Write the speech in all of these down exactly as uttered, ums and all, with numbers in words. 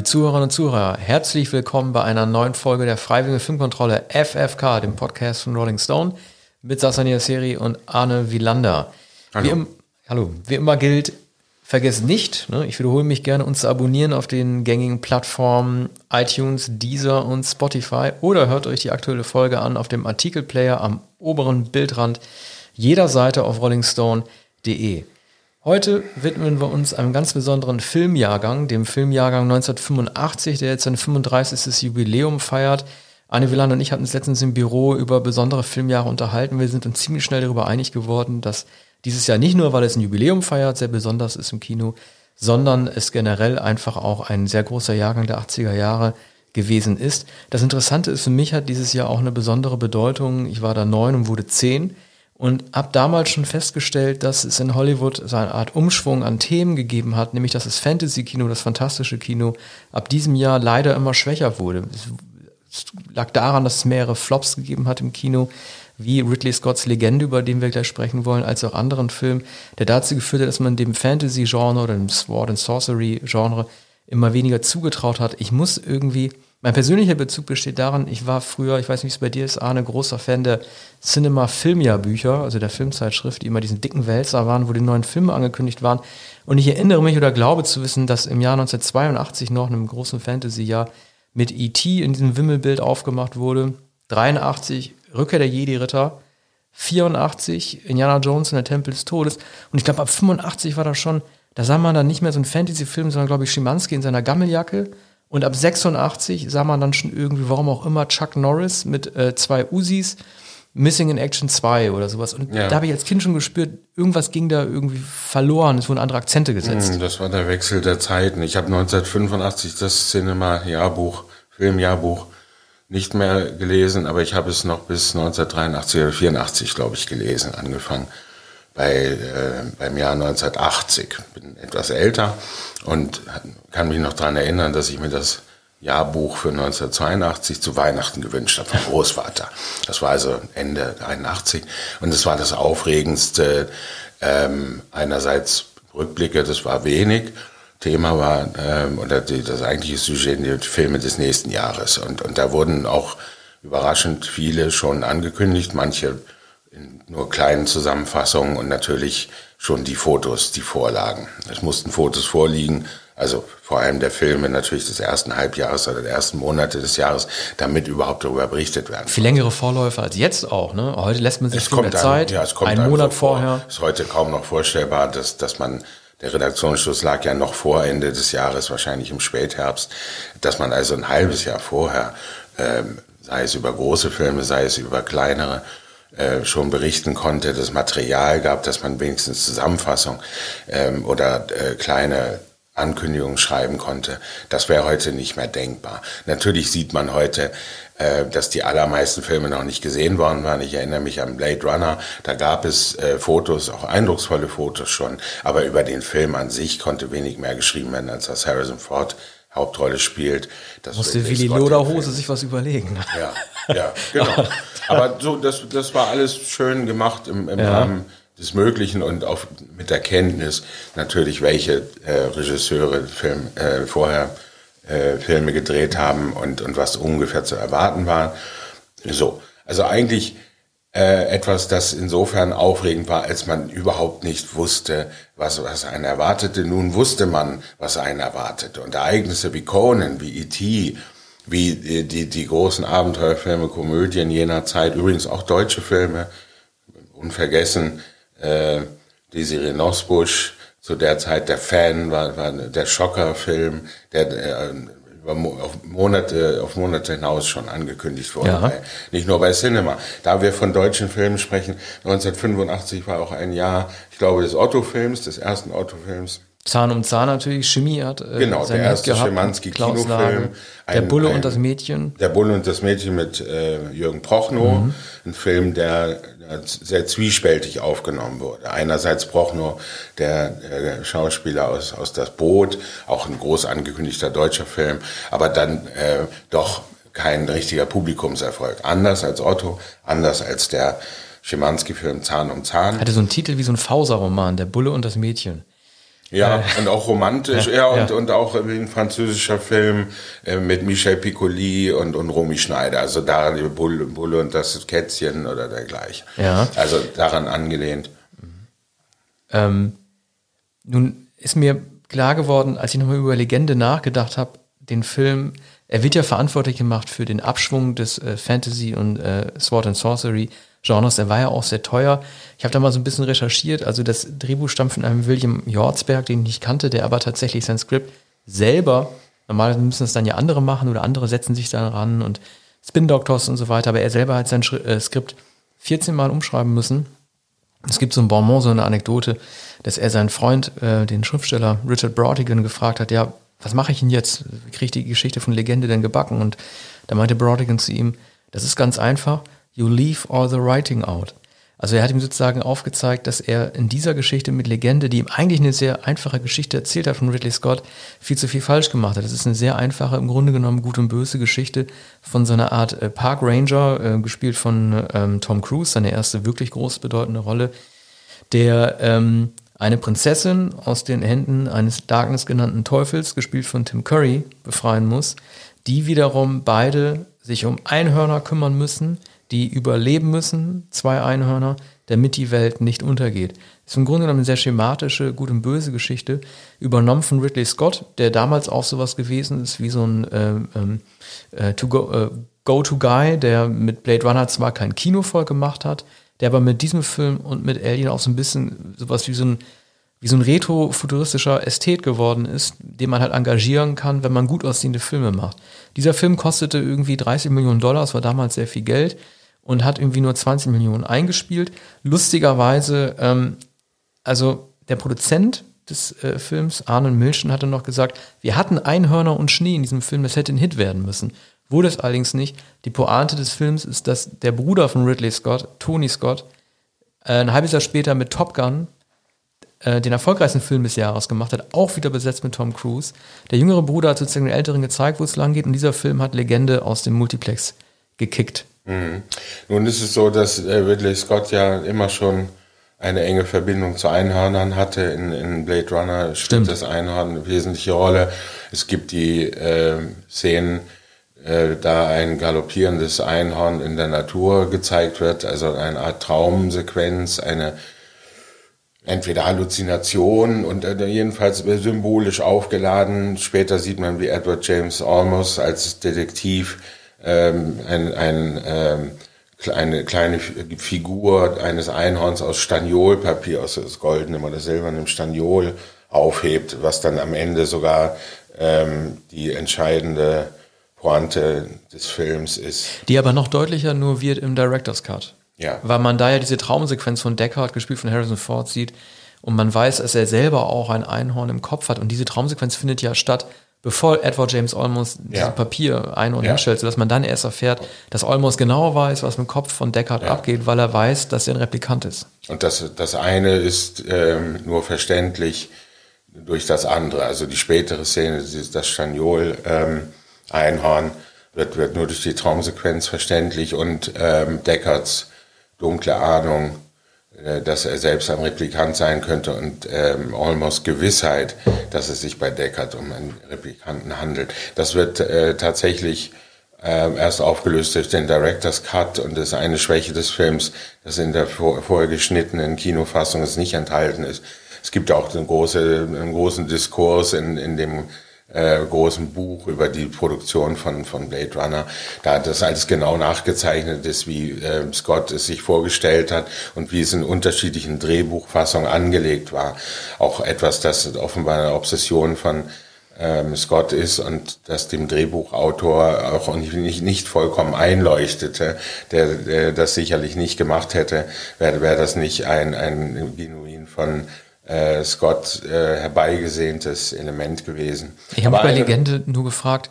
liebe Zuhörerinnen und Zuhörer, herzlich willkommen bei einer neuen Folge der Freiwilligen Filmkontrolle F F K, dem Podcast von Rolling Stone, mit Sascha Niaseri und Arne Wielander. Hallo. Wie, im, hallo. Wie immer gilt, vergesst nicht, ne, ich wiederhole mich gerne, uns zu abonnieren auf den gängigen Plattformen iTunes, Deezer und Spotify oder hört euch die aktuelle Folge an auf dem Artikelplayer am oberen Bildrand jeder Seite auf rolling stone punkt de. Heute widmen wir uns einem ganz besonderen Filmjahrgang, dem Filmjahrgang neunzehnhundertfünfundachtzig, der jetzt sein fünfunddreißigstes Jubiläum feiert. Arne Wielander und ich hatten uns letztens im Büro über besondere Filmjahre unterhalten. Wir sind uns ziemlich schnell darüber einig geworden, dass dieses Jahr nicht nur, weil es ein Jubiläum feiert, sehr besonders ist im Kino, sondern es generell einfach auch ein sehr großer Jahrgang der achtziger Jahre gewesen ist. Das Interessante ist, für mich hat dieses Jahr auch eine besondere Bedeutung. Ich war da neun und wurde zehn. Und habe damals schon festgestellt, dass es in Hollywood so eine Art Umschwung an Themen gegeben hat, nämlich dass das Fantasy-Kino, das fantastische Kino, ab diesem Jahr leider immer schwächer wurde. Es lag daran, dass es mehrere Flops gegeben hat im Kino, wie Ridley Scotts Legende, über den wir gleich sprechen wollen, als auch anderen Filmen, der dazu geführt hat, dass man dem Fantasy-Genre oder dem Sword and Sorcery-Genre immer weniger zugetraut hat. Ich muss irgendwie... Mein persönlicher Bezug besteht daran, ich war früher, ich weiß nicht, wie es bei dir ist, Arne, großer Fan der Cinema-Filmjahr-Bücher, also der Filmzeitschrift, die immer diesen dicken Wälzer waren, wo die neuen Filme angekündigt waren. Und ich erinnere mich oder glaube zu wissen, dass im Jahr neunzehnhundertzweiundachtzig noch, einem großen Fantasy-Jahr, mit E T in diesem Wimmelbild aufgemacht wurde. dreiundachtzig Rückkehr der Jedi-Ritter. vierundachtzig Indiana Jones und der Tempel des Todes. Und ich glaube, ab fünfundachtzig war das schon, da sah man dann nicht mehr so einen Fantasy-Film, sondern, glaube ich, Schimanski in seiner Gammeljacke. Und ab sechsundachtzig sah man dann schon irgendwie, warum auch immer, Chuck Norris mit äh, zwei Usis, Missing in Action zwei oder sowas. Und ja. Da habe ich als Kind schon gespürt, irgendwas ging da irgendwie verloren, es wurden andere Akzente gesetzt. Das war der Wechsel der Zeiten. Ich habe neunzehnhundertfünfundachtzig das Cinema-Jahrbuch, Filmjahrbuch nicht mehr gelesen, aber ich habe es noch bis neunzehnhundertdreiundachtzig oder vierundachtzig, glaube ich, gelesen, angefangen. Bei, äh, beim Jahr neunzehnhundertachtzig. Bin etwas älter und kann mich noch daran erinnern, dass ich mir das Jahrbuch für neunzehnhundertzweiundachtzig zu Weihnachten gewünscht habe vom Großvater. Das war also Ende einundachtzig und es war das Aufregendste. Ähm, einerseits Rückblicke, das war wenig. Thema war, ähm, oder die, das eigentliche Sujet, die Filme des nächsten Jahres. Und, und da wurden auch überraschend viele schon angekündigt, manche in nur kleinen Zusammenfassungen und natürlich schon die Fotos, die Vorlagen. Es mussten Fotos vorliegen, also vor allem der Filme natürlich des ersten Halbjahres oder der ersten Monate des Jahres, damit überhaupt darüber berichtet werden. Viel längere Vorläufe als jetzt auch, ne? Heute lässt man sich viel mehr einem, Zeit, ja, es kommt einen Monat so vorher. Es ist heute kaum noch vorstellbar, dass, dass man, der Redaktionsschluss lag ja noch vor Ende des Jahres, wahrscheinlich im Spätherbst, dass man also ein halbes Jahr vorher, ähm, sei es über große Filme, sei es über kleinere, Äh, schon berichten konnte, das Material gab, dass man wenigstens Zusammenfassung ähm, oder äh, kleine Ankündigungen schreiben konnte. Das wäre heute nicht mehr denkbar. Natürlich sieht man heute, äh, dass die allermeisten Filme noch nicht gesehen worden waren. Ich erinnere mich an Blade Runner, da gab es äh, Fotos, auch eindrucksvolle Fotos schon, aber über den Film an sich konnte wenig mehr geschrieben werden, als dass Harrison Ford Hauptrolle spielt. Das musste Willi Loderhose sich was überlegen. Ja, ja, genau. Aber so, das, das war alles schön gemacht im, im ja. Rahmen des Möglichen und auch mit der Kenntnis natürlich, welche äh, Regisseure Film, äh, vorher äh, Filme gedreht haben und, und was ungefähr zu erwarten war. So, also eigentlich äh, etwas, das insofern aufregend war, als man überhaupt nicht wusste, was, was einen erwartete. Nun wusste man, was einen erwartete. Und Ereignisse wie Conan, wie E T, wie die, die, die großen Abenteuerfilme, Komödien jener Zeit, übrigens auch deutsche Filme, unvergessen, äh, Desiree Nosbusch, zu der Zeit der Fan, war, war der Schocker-Film, der äh, über Mo- auf Monate, auf Monate hinaus schon angekündigt wurde. Ja. Bei, nicht nur bei Cinema. Da wir von deutschen Filmen sprechen, neunzehnhundertfünfundachtzig war auch ein Jahr, ich glaube, des Otto-Films, des ersten Otto-Films. Zahn um Zahn natürlich, Chemie hat äh, genau, der erste Schimanski-Kinofilm. Der Bulle ein, und das Mädchen. Der Bulle und das Mädchen mit äh, Jürgen Prochnow. Mhm. Ein Film, der, der sehr zwiespältig aufgenommen wurde. Einerseits Prochnow, der, der Schauspieler aus, aus Das Boot, auch ein groß angekündigter deutscher Film, aber dann äh, doch kein richtiger Publikumserfolg. Anders als Otto, anders als der Schimanski-Film Zahn um Zahn. Hatte so einen Titel wie so ein Fauser-Roman, Der Bulle und das Mädchen. Ja, äh, und auch romantisch, ja, ja, und, ja. und auch wie ein französischer Film äh, mit Michel Piccoli und, und Romy Schneider, also daran die Bulle, Bulle und das Kätzchen oder dergleichen. Ja. Also daran angelehnt. Ähm, nun ist mir klar geworden, als ich nochmal über Legende nachgedacht habe, den Film, er wird ja verantwortlich gemacht für den Abschwung des äh, Fantasy und äh, Sword and Sorcery Genres, der war ja auch sehr teuer. Ich habe da mal so ein bisschen recherchiert, also das Drehbuch stammt von einem William Jordsberg, den ich nicht kannte, der aber tatsächlich sein Skript selber, normalerweise müssen es dann ja andere machen oder andere setzen sich da ran und Spin Doctors und so weiter, aber er selber hat sein Schri- äh, Skript vierzehn Mal umschreiben müssen. Es gibt so ein Bonbon, so eine Anekdote, dass er seinen Freund, äh, den Schriftsteller Richard Brautigan, gefragt hat, ja, was mache ich denn jetzt? Wie kriege ich die Geschichte von Legende denn gebacken? Und da meinte Brautigan zu ihm, das ist ganz einfach, you leave all the writing out. Also er hat ihm sozusagen aufgezeigt, dass er in dieser Geschichte mit Legende, die ihm eigentlich eine sehr einfache Geschichte erzählt hat von Ridley Scott, viel zu viel falsch gemacht hat. Das ist eine sehr einfache, im Grunde genommen gut und böse Geschichte von so einer Art äh, Park Ranger, äh, gespielt von ähm, Tom Cruise, seine erste wirklich groß bedeutende Rolle, der ähm, eine Prinzessin aus den Händen eines Darkness genannten Teufels, gespielt von Tim Curry, befreien muss, die wiederum beide sich um Einhörner kümmern müssen, die überleben müssen, zwei Einhörner, damit die Welt nicht untergeht. Das ist im Grunde genommen eine sehr schematische, gut und böse Geschichte, übernommen von Ridley Scott, der damals auch sowas gewesen ist wie so ein ähm, äh, to go, äh, Go-To-Guy, der mit Blade Runner zwar kein Kino voll gemacht hat, der aber mit diesem Film und mit Alien auch so ein bisschen sowas wie so ein, wie so ein retro-futuristischer Ästhet geworden ist, den man halt engagieren kann, wenn man gut aussehende Filme macht. Dieser Film kostete irgendwie dreißig Millionen Dollar, das war damals sehr viel Geld, und hat irgendwie nur zwanzig Millionen eingespielt. Lustigerweise, ähm, also der Produzent des äh, Films, Arnold Milchan, hatte noch gesagt, wir hatten Einhörner und Schnee in diesem Film, das hätte ein Hit werden müssen. Wurde es allerdings nicht. Die Pointe des Films ist, dass der Bruder von Ridley Scott, Tony Scott, äh, ein halbes Jahr später mit Top Gun äh, den erfolgreichsten Film des Jahres gemacht hat, auch wieder besetzt mit Tom Cruise. Der jüngere Bruder hat sozusagen den Älteren gezeigt, wo es lang geht, und dieser Film hat Legende aus dem Multiplex gekickt. Mhm. Nun ist es so, dass äh, Ridley Scott ja immer schon eine enge Verbindung zu Einhörnern hatte. In, in Blade Runner spielt das Einhorn eine wesentliche Rolle. Es gibt die äh, Szenen, äh, da ein galoppierendes Einhorn in der Natur gezeigt wird, also eine Art Traumsequenz, eine entweder Halluzination und äh, jedenfalls symbolisch aufgeladen. Später sieht man, wie Edward James Olmos als Detektiv ähm, ein, ein, ähm, eine kleine Figur eines Einhorns aus Staniolpapier, aus das goldenem oder silbernem Staniol aufhebt, was dann am Ende sogar ähm, die entscheidende Pointe des Films ist. Die aber noch deutlicher nur wird im Director's Cut. Ja. Weil man da ja diese Traumsequenz von Deckard, gespielt von Harrison Ford, sieht und man weiß, dass er selber auch ein Einhorn im Kopf hat, und diese Traumsequenz findet ja statt, bevor Edward James Olmos dieses Ja. Papier Einhorn Ja. hinstellt, sodass man dann erst erfährt, dass Olmos genau weiß, was im Kopf von Deckard Ja. abgeht, weil er weiß, dass er ein Replikant ist. Und das, das eine ist ähm, nur verständlich durch das andere. Also die spätere Szene, das Staniol ähm, Einhorn, wird, wird nur durch die Traumsequenz verständlich, und ähm, Deckards dunkle Ahnung, äh, dass er selbst ein Replikant sein könnte, und ähm, Olmos Gewissheit, dass es sich bei Deckard um einen Replikanten handelt. Das wird äh, tatsächlich äh, erst aufgelöst durch den Director's Cut, und das ist eine Schwäche des Films, dass in der vor, vorher geschnittenen Kinofassung es nicht enthalten ist. Es gibt auch einen, große, einen großen Diskurs in, in dem äh, großen Buch über die Produktion von, von Blade Runner. Da das alles genau nachgezeichnet ist, wie äh, Scott es sich vorgestellt hat und wie es in unterschiedlichen Drehbuchfassungen angelegt war. Auch etwas, das offenbar eine Obsession von ähm, Scott ist und das dem Drehbuchautor auch nicht, nicht, nicht vollkommen einleuchtete, der, der das sicherlich nicht gemacht hätte, wäre wäre das nicht ein, ein genuin von Äh, Scott äh, herbeigesehntes Element gewesen. Ich habe mich bei eine, Legende nur gefragt,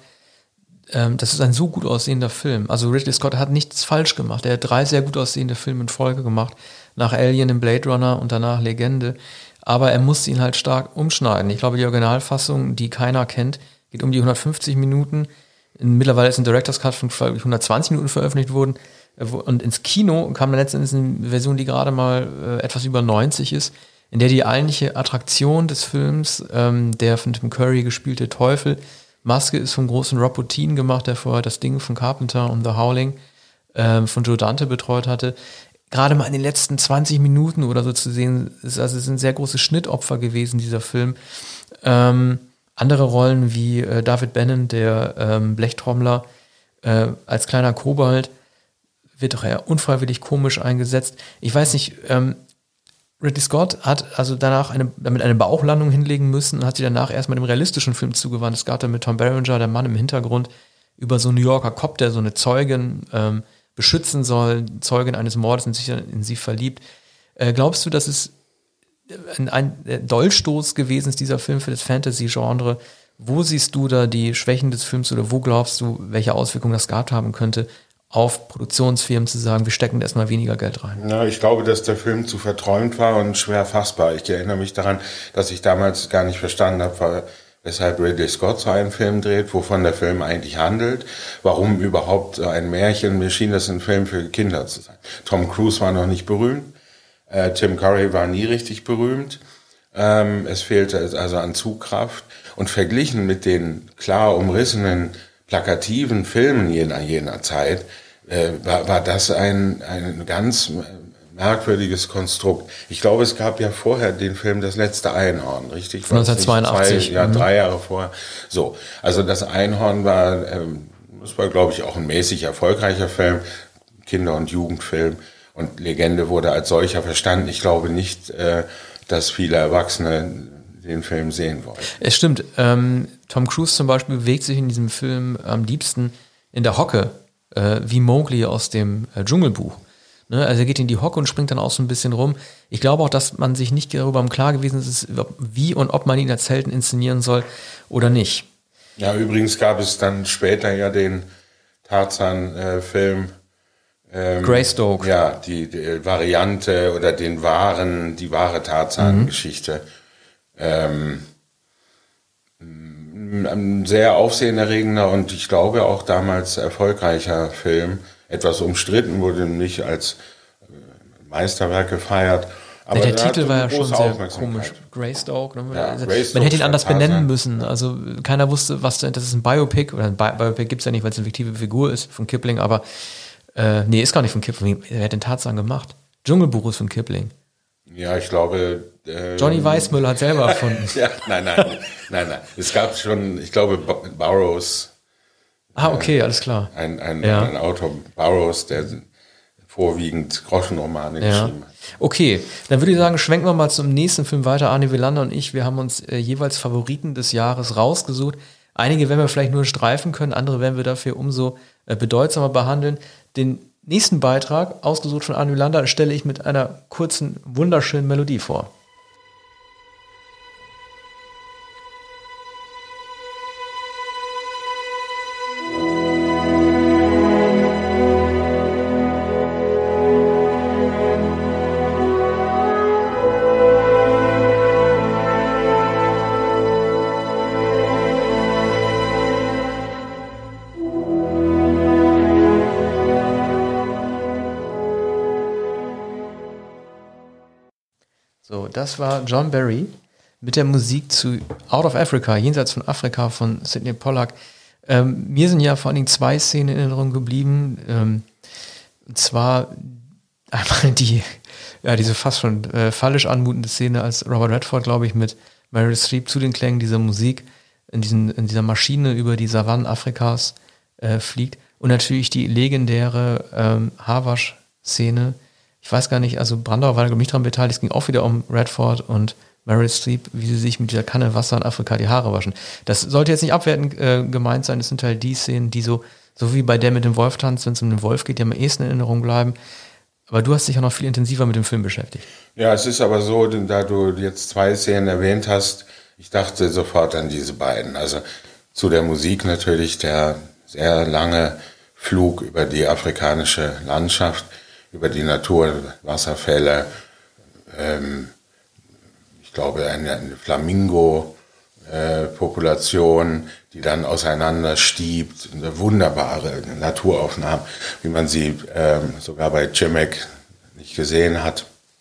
ähm, das ist ein so gut aussehender Film. Also Ridley Scott hat nichts falsch gemacht. Er hat drei sehr gut aussehende Filme in Folge gemacht. Nach Alien, im Blade Runner und danach Legende. Aber er musste ihn halt stark umschneiden. Ich glaube, die Originalfassung, die keiner kennt, geht um die hundertfünfzig Minuten. Mittlerweile ist ein Director's Cut von hundertzwanzig Minuten veröffentlicht worden. Und ins Kino kam dann letztendlich eine Version, die gerade mal äh, etwas über neunzig ist. in der die eigentliche Attraktion des Films, ähm, der von Tim Curry gespielte Teufel, Maske ist vom großen Rob Bottin gemacht, der vorher das Ding von Carpenter und The Howling ähm, von Joe Dante betreut hatte. Gerade mal in den letzten zwanzig Minuten oder so zu sehen, ist, also es sind sehr große Schnittopfer gewesen, dieser Film. Ähm, andere Rollen wie äh, David Bannon, der ähm, Blechtrommler, äh, als kleiner Kobold, wird doch eher unfreiwillig komisch eingesetzt. Ich weiß nicht, ähm, Ridley Scott hat also danach eine, damit eine Bauchlandung hinlegen müssen und hat sich danach erstmal dem realistischen Film zugewandt. Es gab dann mit Tom Berenger, der Mann im Hintergrund, über so einen New Yorker Cop, der so eine Zeugin ähm, beschützen soll, Zeugin eines Mordes und sich dann in sie verliebt. Äh, glaubst du, dass es ein, ein Dolchstoß gewesen ist, dieser Film für das Fantasy-Genre? Wo siehst du da die Schwächen des Films oder wo glaubst du, welche Auswirkungen das gehabt haben könnte, auf Produktionsfirmen zu sagen, wir stecken da erstmal weniger Geld rein? Ja, ich glaube, dass der Film zu verträumt war und schwer fassbar. Ich erinnere mich daran, dass ich damals gar nicht verstanden habe, weshalb Ridley Scott so einen Film dreht, wovon der Film eigentlich handelt, warum überhaupt ein Märchen, mir schien das ein Film für Kinder zu sein. Tom Cruise war noch nicht berühmt, äh, Tim Curry war nie richtig berühmt, ähm, es fehlte also an Zugkraft und verglichen mit den klar umrissenen, plakativen Filmen jener, jener Zeit, äh, war, war das ein, ein ganz merkwürdiges Konstrukt. Ich glaube, es gab ja vorher den Film Das letzte Einhorn, richtig? neunzehnhundertzweiundachtzig. Zwei, ja, mhm. drei Jahre vorher. So, also das Einhorn war, ähm, das war, glaube ich, auch ein mäßig erfolgreicher Film, Kinder- und Jugendfilm. Und Legende wurde als solcher verstanden. Ich glaube nicht, äh, dass viele Erwachsene den Film sehen wollen. Es stimmt. Ähm, Tom Cruise zum Beispiel bewegt sich in diesem Film am liebsten in der Hocke, äh, wie Mowgli aus dem äh, Dschungelbuch. Ne? Also er geht in die Hocke und springt dann auch so ein bisschen rum. Ich glaube auch, dass man sich nicht darüber im Klaren gewesen ist, wie und ob man ihn als Helden inszenieren soll oder nicht. Ja, übrigens gab es dann später ja den Tarzan-Film. Äh, ähm, Greystoke. Ja, die, die Variante oder den wahren, die wahre Tarzan-Geschichte. Mhm. Ähm, ein sehr aufsehenerregender und ich glaube auch damals erfolgreicher Film. Etwas umstritten, wurde nicht als Meisterwerk gefeiert. Aber ja, der Titel war ja schon sehr komisch. Greystoke. Ne? Ja, also, Greystoke man hätte ihn anders benennen Tarzan. müssen. Also keiner wusste, was das ist, ein Biopic. Oder ein Bi- Biopic gibt es ja nicht, weil es eine fiktive Figur ist von Kipling. Aber äh, nee, ist gar nicht von Kipling. Wer hat den Tarzan gemacht? Dschungelbuch ist von Kipling. Ja, ich glaube... Äh, Johnny Weissmuller hat selber erfunden. ja, nein, nein, nein, nein. Es gab schon, ich glaube, Burroughs. Ah, okay, alles klar. Ein, ein, ja. ein Autor, Burroughs, der vorwiegend Groschenromane ja. geschrieben hat. Okay, dann würde ich sagen, schwenken wir mal zum nächsten Film weiter. Arne Wielander und ich, wir haben uns äh, jeweils Favoriten des Jahres rausgesucht. Einige werden wir vielleicht nur streifen können, andere werden wir dafür umso äh, bedeutsamer behandeln. Den nächsten Beitrag, ausgesucht von Arne Wielander, stelle ich mit einer kurzen, wunderschönen Melodie vor. So, das war John Barry mit der Musik zu Out of Africa, jenseits von Afrika von Sidney Pollack. Ähm, mir sind ja vor allen Dingen zwei Szenen in Erinnerung geblieben. Ähm, und zwar einmal die, ja, diese fast schon äh, fallisch anmutende Szene, als Robert Redford, glaube ich, mit Meryl Streep zu den Klängen dieser Musik in, diesen, in dieser Maschine über die Savannen Afrikas äh, fliegt. Und natürlich die legendäre ähm, Haarwasch-Szene. Ich weiß gar nicht, also Brandauer war da nicht dran beteiligt, es ging auch wieder um Redford und Meryl Streep, wie sie sich mit dieser Kanne Wasser in Afrika die Haare waschen. Das sollte jetzt nicht abwertend äh, gemeint sein, das sind halt die Szenen, die so, so wie bei der mit dem Wolf tanzt, wenn es um den Wolf geht, die am ehesten in Erinnerung bleiben. Aber du hast dich ja noch viel intensiver mit dem Film beschäftigt. Ja, es ist aber so, da du jetzt zwei Szenen erwähnt hast, ich dachte sofort an diese beiden. Also zu der Musik natürlich, der sehr lange Flug über die afrikanische Landschaft, über die Natur, Wasserfälle, ähm, ich glaube eine, eine Flamingo-Population, äh, die dann auseinander stiebt, eine wunderbare Naturaufnahme, wie man sie ähm, sogar bei Cimek nicht gesehen hat.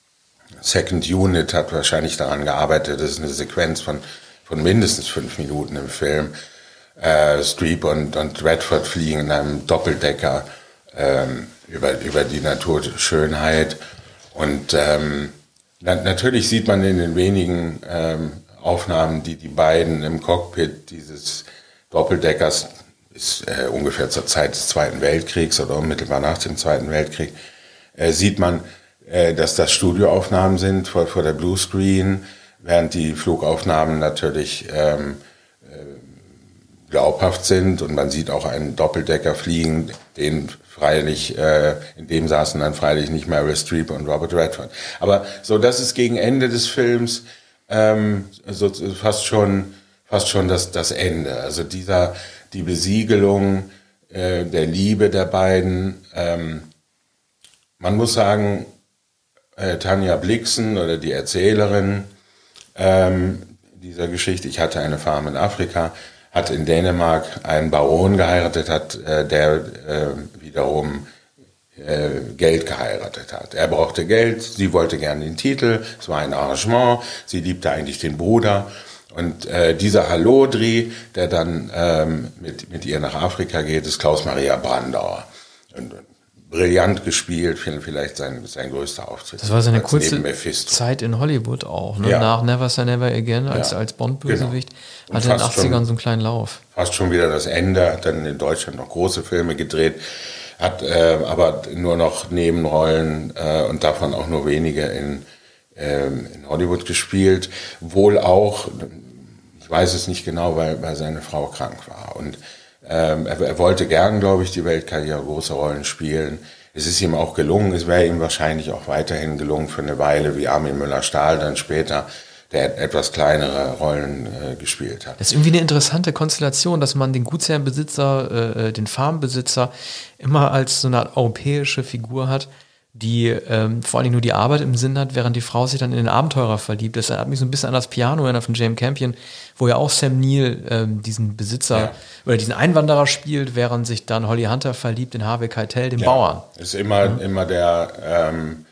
Second Unit hat wahrscheinlich daran gearbeitet. Das ist eine Sequenz von, von mindestens fünf Minuten im Film. Äh, Streep und, und Redford fliegen in einem Doppeldecker ähm, über, über die Naturschönheit. Und ähm, na, natürlich sieht man in den wenigen ähm, Aufnahmen, die die beiden im Cockpit dieses Doppeldeckers, ist äh, ungefähr zur Zeit des Zweiten Weltkriegs oder unmittelbar nach dem Zweiten Weltkrieg, äh, sieht man, äh, dass das Studioaufnahmen sind vor, vor der Bluescreen, während die Flugaufnahmen natürlich ähm, äh, glaubhaft sind und man sieht auch einen Doppeldecker fliegen, den freilich, äh, in dem saßen dann freilich nicht Meryl Streep und Robert Redford. Aber so, das ist gegen Ende des Films ähm, so, fast schon, fast schon das, das Ende. Also dieser, die Besiegelung äh, der Liebe der beiden. Ähm, man muss sagen, äh, Tanja Blixen oder die Erzählerin ähm, dieser Geschichte, ich hatte eine Farm in Afrika, hat in Dänemark einen Baron geheiratet, hat, äh, der äh, wiederum äh, Geld geheiratet hat. Er brauchte Geld, sie wollte gerne den Titel, es war ein Arrangement, sie liebte eigentlich den Bruder. Und äh, dieser Hallodri, der dann ähm, mit, mit ihr nach Afrika geht, ist Klaus-Maria Brandauer. Und, brillant gespielt, vielleicht sein, sein größter Auftritt. Das war seine kurze Zeit in Hollywood auch, ne? Ja. Nach Never Say Never Again als, ja. als Bond-Bösewicht. Genau. Hatte in den achtzigern schon, so einen kleinen Lauf. Fast schon wieder das Ende, hat dann in Deutschland noch große Filme gedreht, hat äh, aber nur noch Nebenrollen äh, und davon auch nur wenige in, äh, in Hollywood gespielt. Wohl auch, ich weiß es nicht genau, weil, weil seine Frau krank war. Und Ähm, er, er wollte gern, glaube ich, die Weltkarriere große Rollen spielen. Es ist ihm auch gelungen. Es wäre ihm wahrscheinlich auch weiterhin gelungen für eine Weile, wie Armin Müller-Stahl dann später, der etwas kleinere Rollen äh, gespielt hat. Das ist irgendwie eine interessante Konstellation, dass man den Gutsherrenbesitzer, äh, den Farmbesitzer immer als so eine Art europäische Figur hat, die ähm, vor allem nur die Arbeit im Sinn hat, während die Frau sich dann in den Abenteurer verliebt. Das hat mich so ein bisschen an das Piano erinnert von Jane Campion, wo ja auch Sam Neill ähm, diesen Besitzer ja. oder diesen Einwanderer spielt, während sich dann Holly Hunter verliebt in Harvey Keitel, den ja. Bauern. Ist immer, mhm. immer der, ähm,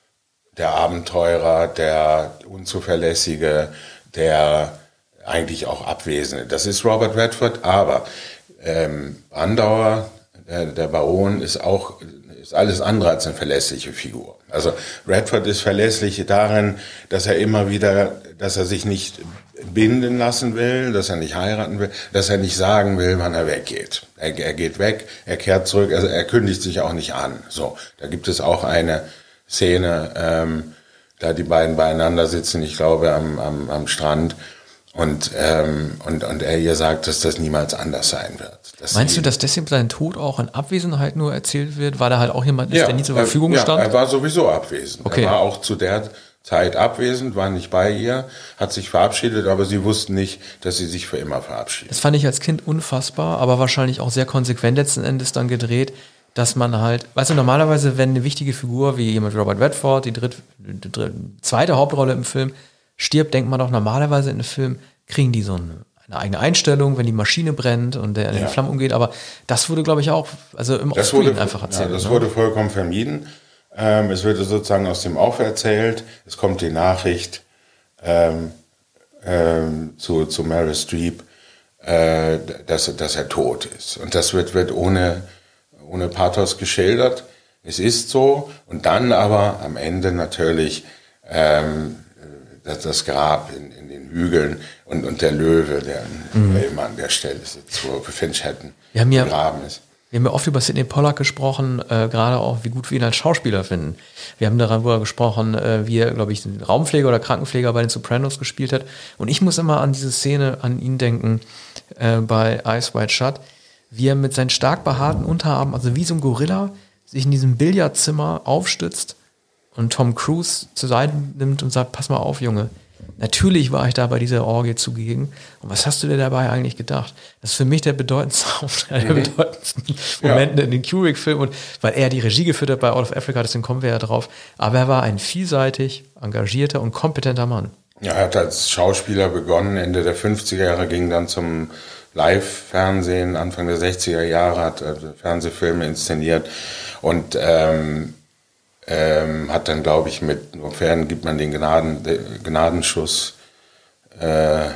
der Abenteurer, der Unzuverlässige, der eigentlich auch Abwesende. Das ist Robert Redford, aber ähm, Brandauer, der, der Baron, ist auch ist alles andere als eine verlässliche Figur. Also Redford ist verlässlich darin, dass er immer wieder, dass er sich nicht binden lassen will, dass er nicht heiraten will, dass er nicht sagen will, wann er weggeht. Er, er geht weg, er kehrt zurück, also er kündigt sich auch nicht an. So, da gibt es auch eine Szene, ähm, da die beiden beieinander sitzen, ich glaube am, am, am Strand. Und, ähm, und, und er ihr sagt, dass das niemals anders sein wird. Meinst du, dass deswegen sein Tod auch in Abwesenheit nur erzählt wird, weil er halt auch jemand ist, ja, der nie zur Verfügung er, stand? Ja, er war sowieso abwesend. Okay. Er war auch zu der Zeit abwesend, war nicht bei ihr, hat sich verabschiedet, aber sie wussten nicht, dass sie sich für immer verabschiedet. Das fand ich als Kind unfassbar, aber wahrscheinlich auch sehr konsequent letzten Endes dann gedreht, dass man halt, weißt du, normalerweise, wenn eine wichtige Figur wie jemand wie Robert Redford, die, dritt, die dritt, zweite Hauptrolle im Film, stirbt, denkt man doch normalerweise in einem Film, kriegen die so eine, eine eigene Einstellung, wenn die Maschine brennt und der in ja. den Flammen umgeht. Aber das wurde, glaube ich, auch also im Offscreen einfach erzählt. Ja, das ne? wurde vollkommen vermieden. Ähm, es wurde sozusagen aus dem Off erzählt. Es kommt die Nachricht ähm, ähm, zu, zu Meryl Streep, äh, dass, dass er tot ist. Und das wird, wird ohne, ohne Pathos geschildert. Es ist so. Und dann aber am Ende natürlich ähm, das, das Grab in, in den Hügeln und, und der Löwe, der mhm. immer an der Stelle sitzt, wo Finch Hatton begraben ist. Wir haben ja oft über Sidney Pollack gesprochen, äh, gerade auch, wie gut wir ihn als Schauspieler finden. Wir haben darüber gesprochen, äh, wie er, glaube ich, den Raumpfleger oder Krankenpfleger bei den Sopranos gespielt hat. Und ich muss immer an diese Szene, an ihn denken, äh, bei Eyes Wide Shut, wie er mit seinen stark behaarten Unterarmen, also wie so ein Gorilla, sich in diesem Billardzimmer aufstützt und Tom Cruise zur Seite nimmt und sagt, pass mal auf, Junge, natürlich war ich da bei dieser Orgie zugegen. Und was hast du dir dabei eigentlich gedacht? Das ist für mich der bedeutendste, der mhm. bedeutendsten Momente ja. in den Kubrick-Filmen. Und weil er die Regie geführt hat bei Out of Africa, deswegen kommen wir ja drauf. Aber er war ein vielseitig engagierter und kompetenter Mann. Ja, er hat als Schauspieler begonnen, Ende der fünfziger Jahre, ging dann zum Live-Fernsehen, Anfang der sechziger Jahre, hat also Fernsehfilme inszeniert und ähm, ähm, hat dann, glaube ich, mit nur Pferden gibt man den Gnaden, Gnadenschuss äh,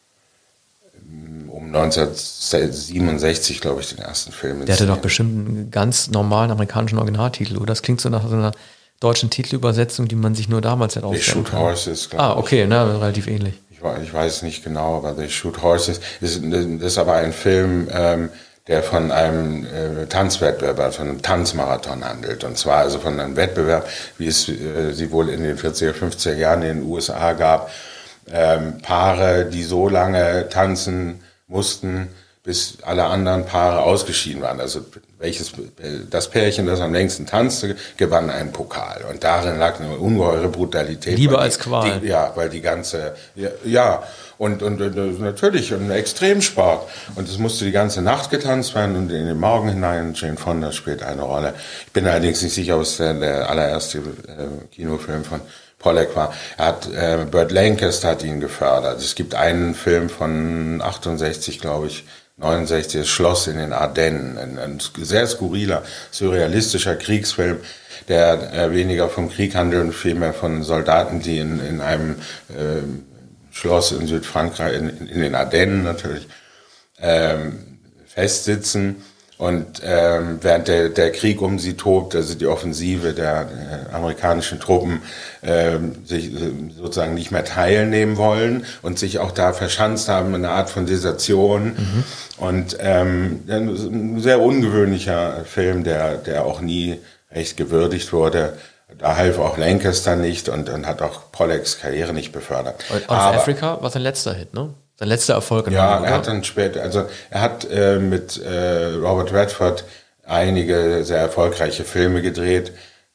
um neunzehnhundertsiebenundsechzig, glaube ich, den ersten Film. Der hatte doch bestimmt einen ganz normalen amerikanischen Originaltitel, oder? Das klingt so nach so einer deutschen Titelübersetzung, die man sich nur damals hätte ausdenken können. They Shoot Horses, glaube ich. Ah, okay, ne, relativ ähnlich. Ich, ich weiß nicht genau, aber They Shoot Horses ist, das ist aber ein Film, ähm, der von einem äh, Tanzwettbewerb, von einem Tanzmarathon handelt. Und zwar also von einem Wettbewerb, wie es äh, sie wohl in den vierziger, fünfziger Jahren in den U S A gab. Ähm, Paare, die so lange tanzen mussten, bis alle anderen Paare ausgeschieden waren. Also welches das Pärchen, das am längsten tanzte, gewann einen Pokal. Und darin lag eine ungeheure Brutalität. Lieber als Qual. Die, ja, weil die ganze, ja, ja und, und, und natürlich ein Extremsport. Und es musste die ganze Nacht getanzt werden und in den Morgen hinein. Jane Fonda spielt eine Rolle. Ich bin allerdings nicht sicher, ob es der, der allererste äh, Kinofilm von Pollack war. Er hat, äh, Burt Lancaster hat ihn gefördert. Es gibt einen Film von achtundsechzig, glaube ich, neunundsechzig, das Schloss in den Ardennen, ein, ein sehr skurriler, surrealistischer Kriegsfilm, der äh, weniger vom Krieg handelt, vielmehr von Soldaten, die in, in einem äh, Schloss in Südfrankreich, in, in den Ardennen natürlich, ähm, festsitzen. Und ähm, während der, der Krieg um sie tobt, also die Offensive der äh, amerikanischen Truppen, ähm, sich äh, sozusagen nicht mehr teilnehmen wollen und sich auch da verschanzt haben, eine Art von Desertion. Mhm. Und ähm, ein sehr ungewöhnlicher Film, der, der auch nie recht gewürdigt wurde. Da half auch Lancaster nicht und, und hat auch Pollacks Karriere nicht befördert. Und Africa war sein letzter Hit, ne? Sein letzter Erfolg in Ja, Hollywood, er hat dann später, also er hat äh, mit äh, Robert Redford einige sehr erfolgreiche Filme gedreht.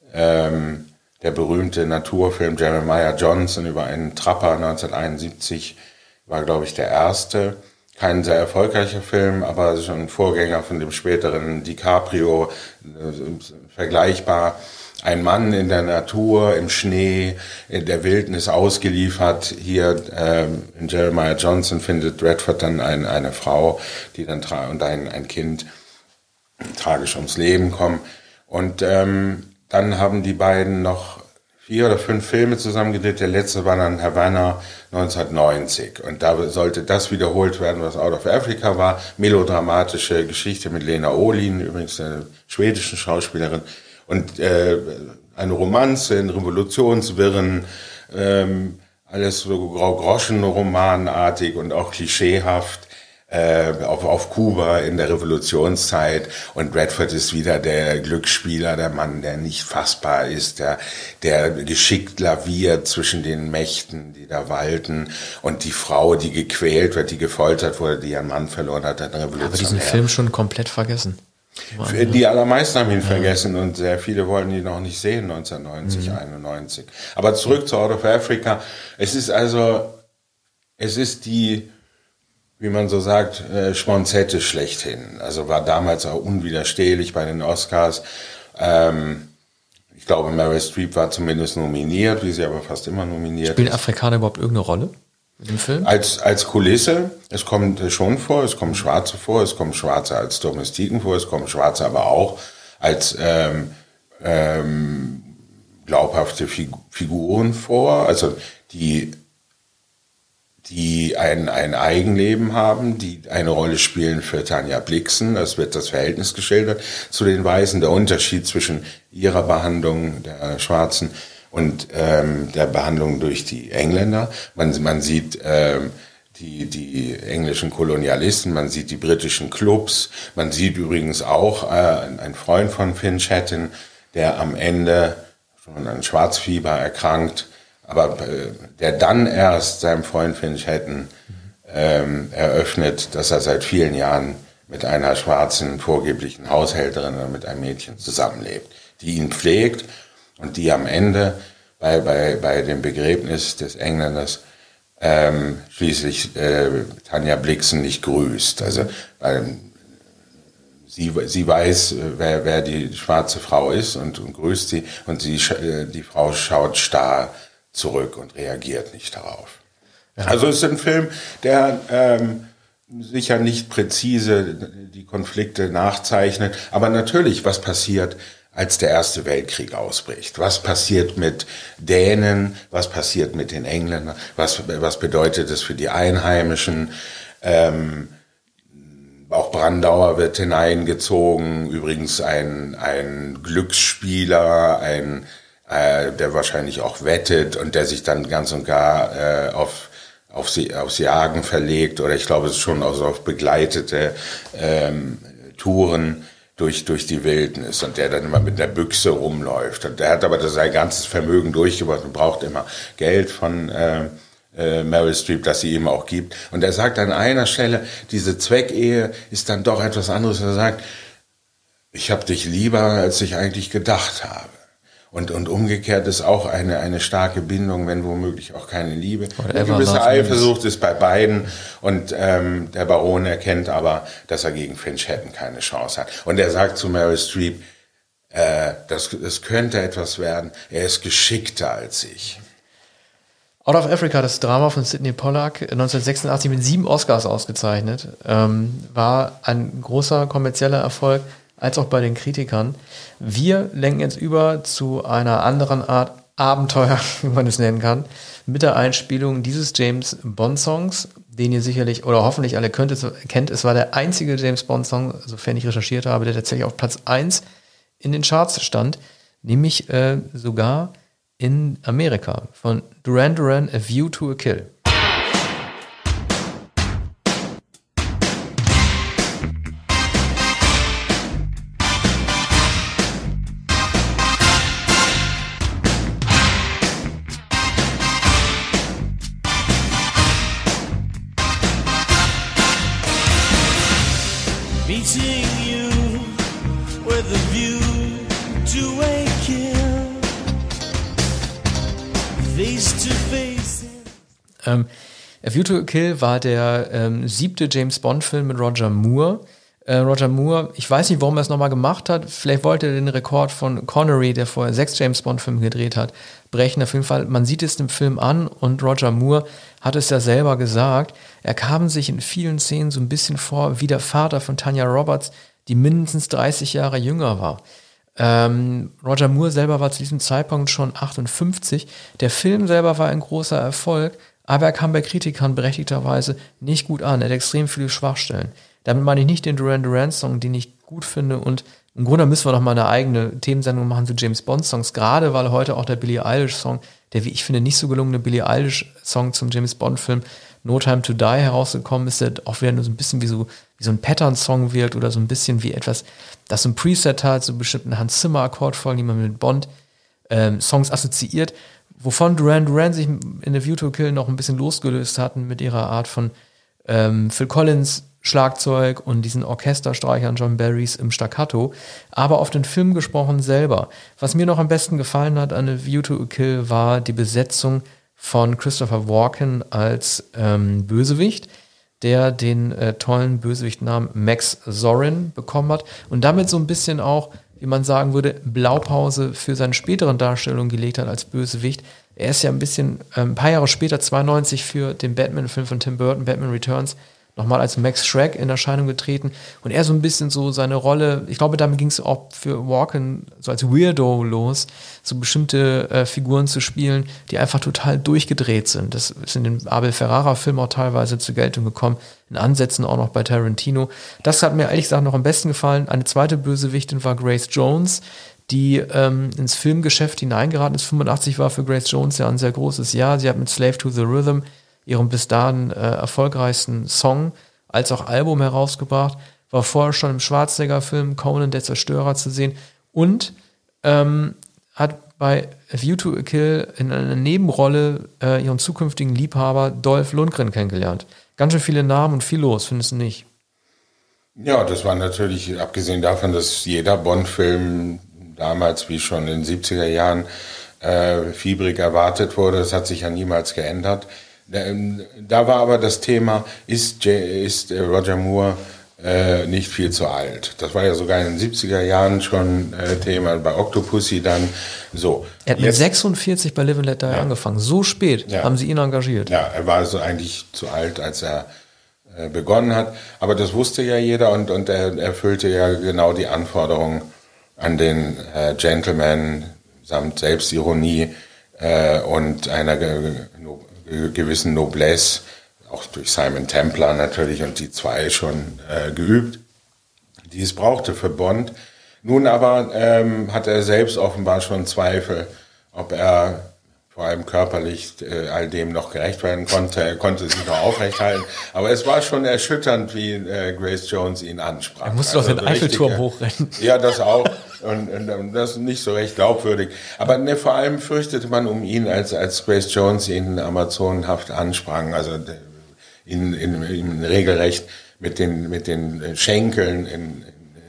Ähm, der berühmte Naturfilm Jeremiah Johnson über einen Trapper neunzehnhunderteinundsiebzig war, glaube ich, der erste. Kein sehr erfolgreicher Film, aber schon ein Vorgänger von dem späteren DiCaprio, äh, vergleichbar. Ein Mann in der Natur, im Schnee, in der Wildnis ausgeliefert. Hier ähm, in Jeremiah Johnson findet Redford dann ein, eine Frau, die dann tra- und ein, ein Kind tragisch ums Leben kommen. Und ähm, dann haben die beiden noch vier oder fünf Filme zusammen gedreht. Der letzte war dann Havana neunzehnhundertneunzig. Und da sollte das wiederholt werden, was Out of Africa war. Melodramatische Geschichte mit Lena Olin, übrigens eine schwedische Schauspielerin. Und äh, eine Romanze in Revolutionswirren, ähm, alles so Grau-Groschen-Romanartig und auch klischeehaft äh, auf, auf Kuba in der Revolutionszeit. Und Redford ist wieder der Glücksspieler, der Mann, der nicht fassbar ist, der, der geschickt laviert zwischen den Mächten, die da walten. Und die Frau, die gequält wird, die gefoltert wurde, die ihren Mann verloren hat, hat eine Revolution. Aber diesen Film schon komplett vergessen. Die allermeisten haben ihn ja. vergessen und sehr viele wollten ihn noch nicht sehen, neunzehnhundertneunzig, mhm. einundneunzig. Aber zurück zu Out of Africa. Es ist also, es ist die, wie man so sagt, äh, Schmonzette schlechthin. Also war damals auch unwiderstehlich bei den Oscars. Ähm, ich glaube, Meryl Streep war zumindest nominiert, wie sie aber fast immer nominiert Spielen ist. Afrikaner überhaupt irgendeine Rolle? Im Film? Als, als Kulisse, es kommt schon vor, es kommen Schwarze vor, es kommen Schwarze als Domestiken vor, es kommen Schwarze aber auch als ähm, ähm, glaubhafte Fig- Figuren vor, also die, die ein, ein Eigenleben haben, die eine Rolle spielen für Tanja Blixen. Es wird das Verhältnis geschildert zu den Weißen, der Unterschied zwischen ihrer Behandlung der Schwarzen und ähm, der Behandlung durch die Engländer. Man, man sieht ähm, die, die englischen Kolonialisten, man sieht die britischen Clubs, man sieht übrigens auch äh, ein Freund von Finch Hatton, der am Ende schon an Schwarzfieber erkrankt, aber äh, der dann erst seinem Freund Finch Hatton ähm, eröffnet, dass er seit vielen Jahren mit einer schwarzen vorgeblichen Haushälterin oder mit einem Mädchen zusammenlebt, die ihn pflegt. Und die am Ende bei, bei, bei dem Begräbnis des Engländers ähm, schließlich äh, Tanja Blixen nicht grüßt. Also weil sie, sie weiß, wer, wer die schwarze Frau ist und, und grüßt sie. Und sie, die Frau schaut starr zurück und reagiert nicht darauf. Ja. Also es ist ein Film, der ähm, sicher nicht präzise die Konflikte nachzeichnet. Aber natürlich, was passiert als der Erste Weltkrieg ausbricht. Was passiert mit Dänen? Was passiert mit den Engländern? Was, was bedeutet es für die Einheimischen? Ähm, auch Brandauer wird hineingezogen. Übrigens ein, ein Glücksspieler, ein, äh, der wahrscheinlich auch wettet und der sich dann ganz und gar äh, auf auf sie, aufs Jagen verlegt, oder ich glaube, es ist schon also auf begleitete ähm, Touren durch, durch die Wildnis, und der dann immer mit der Büchse rumläuft. Und der hat aber das sein ganzes Vermögen durchgebracht und braucht immer Geld von äh, äh, Meryl Streep, das sie ihm auch gibt. Und er sagt an einer Stelle, diese Zweckehe ist dann doch etwas anderes. Er sagt, ich habe dich lieber, als ich eigentlich gedacht habe. Und, und umgekehrt ist auch eine, eine starke Bindung, wenn womöglich auch keine Liebe. Eine gewisse Eifersucht ist bei beiden. Und ähm, der Baron erkennt aber, dass er gegen Finch Hatton keine Chance hat. Und er sagt zu Meryl Streep, äh, das, das könnte etwas werden. Er ist geschickter als ich. Out of Africa, das Drama von Sidney Pollack, neunzehnhundertsechsundachtzig mit sieben Oscars ausgezeichnet, ähm, war ein großer kommerzieller Erfolg, als auch bei den Kritikern. Wir lenken jetzt über zu einer anderen Art Abenteuer, wie man es nennen kann, mit der Einspielung dieses James Bond-Songs, den ihr sicherlich oder hoffentlich alle könnt, kennt. Es war der einzige James Bond-Song, sofern ich recherchiert habe, der tatsächlich auf Platz eins in den Charts stand, nämlich äh, sogar in Amerika, von Duran Duran, A View to a Kill. Ähm, A View to a Kill war der ähm, siebte James-Bond-Film mit Roger Moore. Äh, Roger Moore, ich weiß nicht, warum er es nochmal gemacht hat. Vielleicht wollte er den Rekord von Connery, der vorher sechs James-Bond-Filme gedreht hat, brechen. Auf jeden Fall, man sieht es im Film an, und Roger Moore hat es ja selber gesagt. Er kam sich in vielen Szenen so ein bisschen vor wie der Vater von Tanya Roberts, die mindestens dreißig Jahre jünger war. Ähm, Roger Moore selber war zu diesem Zeitpunkt schon achtundfünfzig. Der Film selber war ein großer Erfolg, aber er kam bei Kritikern berechtigterweise nicht gut an. Er hat extrem viele Schwachstellen. Damit meine ich nicht den Duran Duran Song, den ich gut finde, und im Grunde müssen wir noch mal eine eigene Themensendung machen zu James Bond Songs, gerade weil heute auch der Billie Eilish Song, der, wie ich finde, nicht so gelungene Billie Eilish Song zum James Bond Film No Time to Die herausgekommen ist, der auch wieder nur so ein bisschen wie so, wie so ein Pattern-Song wirkt oder so ein bisschen wie etwas, das so ein Preset hat, so bestimmten Hans Zimmer Akkordfolgen, die man mit Bond ähm, Songs assoziiert, wovon Duran Duran sich in A View to a Kill noch ein bisschen losgelöst hatten mit ihrer Art von ähm, Phil Collins Schlagzeug und diesen Orchesterstreichern John Barrys im Staccato, aber auf den Film gesprochen selber. Was mir noch am besten gefallen hat an A View to a Kill war die Besetzung von Christopher Walken als ähm, Bösewicht, der den äh, tollen Bösewichtnamen Max Zorin bekommen hat und damit so ein bisschen auch, wie man sagen würde, Blaupause für seine späteren Darstellungen gelegt hat als Bösewicht. Er ist ja ein bisschen, äh, ein paar Jahre später, zweiundneunzig, für den Batman-Film von Tim Burton, Batman Returns, nochmal als Max Schreck in Erscheinung getreten, und er so ein bisschen so seine Rolle, ich glaube, damit ging es auch für Walken so als Weirdo los, so bestimmte äh, Figuren zu spielen, die einfach total durchgedreht sind. Das ist in den Abel Ferrara-Filmen auch teilweise zur Geltung gekommen, in Ansätzen auch noch bei Tarantino. Das hat mir ehrlich gesagt noch am besten gefallen. Eine zweite Bösewichtin war Grace Jones, die ähm, ins Filmgeschäft hineingeraten ist. fünfundachtzig war für Grace Jones ja ein sehr großes Jahr. Sie hat mit Slave to the Rhythm ihrem bis dahin äh, erfolgreichsten Song als auch Album herausgebracht, war vorher schon im Schwarzenegger-Film Conan der Zerstörer zu sehen und ähm, hat bei A View to a Kill in einer Nebenrolle äh, ihren zukünftigen Liebhaber Dolph Lundgren kennengelernt. Ganz schön viele Namen und viel los, findest du nicht? Ja, das war natürlich, abgesehen davon, dass jeder Bond-Film damals, wie schon in den siebziger Jahren, äh, fiebrig erwartet wurde, das hat sich ja niemals geändert. Da war aber das Thema, ist, ist Roger Moore äh, nicht viel zu alt? Das war ja sogar in den siebziger Jahren schon äh, Thema, bei Octopussy dann so. Er hat mit Jetzt, sechsundvierzig bei Live and Let Die ja. angefangen. So spät ja. haben sie ihn engagiert. Ja, er war also eigentlich zu alt, als er äh, begonnen hat. Aber das wusste ja jeder, und, und er erfüllte ja genau die Anforderungen an den äh, Gentleman samt Selbstironie äh, und einer ge- no, ge- gewissen Noblesse, auch durch Simon Templar natürlich und die zwei schon äh, geübt, die es brauchte für Bond. Nun aber ähm, hat er selbst offenbar schon Zweifel, ob er vor allem körperlich äh, all dem noch gerecht werden konnte. Er konnte sich noch aufrecht halten. Aber es war schon erschütternd, wie äh, Grace Jones ihn ansprach. Er musste also doch den Eiffelturm hochrennen. Ja, das auch. Und, und, und das ist nicht so recht glaubwürdig. Aber ne, vor allem fürchtete man um ihn, als, als Grace Jones ihn amazonenhaft ansprang. Also ihn, ihn, ihn regelrecht mit den, mit den Schenkeln in, in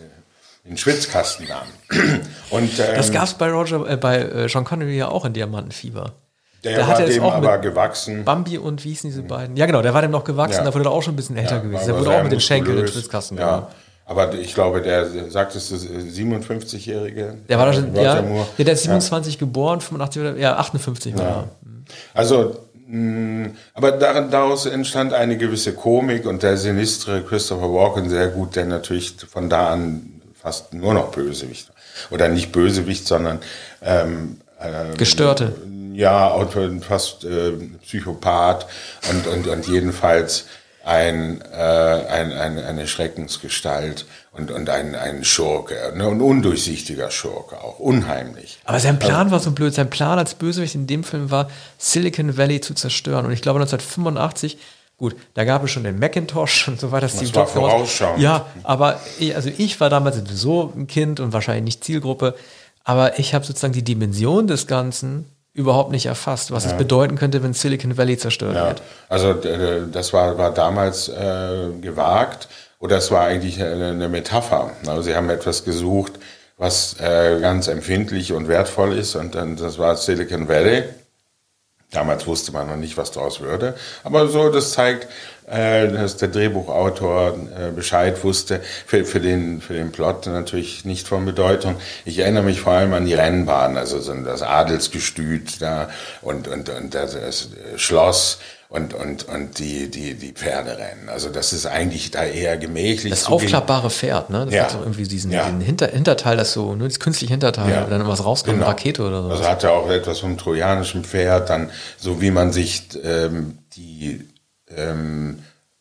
in Schwitzkasten nahm. Und, ähm, das gab es bei Roger, äh, bei äh, Sean Connery ja auch in Diamantenfieber. Der da war hat er dem auch aber mit gewachsen. Bambi und wie hießen diese beiden? Ja genau, der war dem noch gewachsen, Ja. da wurde er auch schon ein bisschen älter Ja, gewesen. war Der wurde sehr auch mit den Schenkeln in den muskulös. Schwitzkasten Ja. genommen. Aber ich glaube, der, sagtest du, siebenundfünfzig-jährige Der war da schon, Roger ja, Moore. ja, der ist siebenundzwanzig geboren, fünfundachtzig, oder- ja, achtundfünfzig war Ja. er. Also, mh, aber da- daraus entstand eine gewisse Komik und der sinistre Christopher Walken sehr gut, der natürlich von da an fast nur noch Bösewicht war. Oder nicht Bösewicht, sondern ähm, ähm, Gestörte. Ja, auch fast äh, Psychopath und, und, und jedenfalls ein, äh, ein, ein, eine Schreckensgestalt und, und ein, ein Schurke, ne, ein undurchsichtiger Schurke, auch unheimlich. Aber sein Plan war so blöd. Sein Plan als Bösewicht in dem Film war, Silicon Valley zu zerstören. Und ich glaube neunzehnhundertfünfundachtzig, gut, da gab es schon den Macintosh und so weiter. Das war vorausschauend. Ja, aber ich, also ich war damals sowieso ein Kind und wahrscheinlich nicht Zielgruppe. Aber ich habe sozusagen die Dimension des Ganzen überhaupt nicht erfasst, was ja. es bedeuten könnte, wenn Silicon Valley zerstört ja. wird. Also äh, das war, war damals äh, gewagt oder es war eigentlich eine, eine Metapher. Also sie haben etwas gesucht, was äh, ganz empfindlich und wertvoll ist und dann das war Silicon Valley. Damals wusste man noch nicht, was daraus würde. Aber so, das zeigt, äh, dass der Drehbuchautor äh, Bescheid wusste, für, für, den, für den Plot natürlich nicht von Bedeutung. Ich erinnere mich vor allem an die Rennbahn, also so das Adelsgestüt da und, und, und das, das Schloss und, und, und die, die, die Pferderennen. Also das ist eigentlich da eher gemächlich. Das aufklappbare Pferd, ne? Das Ja. hat so irgendwie diesen, Ja. den Hinter, Hinterteil, das so, ne? Das künstliche Hinterteil, Ja. wo dann was rauskommt, Genau. eine Rakete oder so. Also hat er auch etwas vom trojanischen Pferd, dann so wie man sich ähm, die ähm,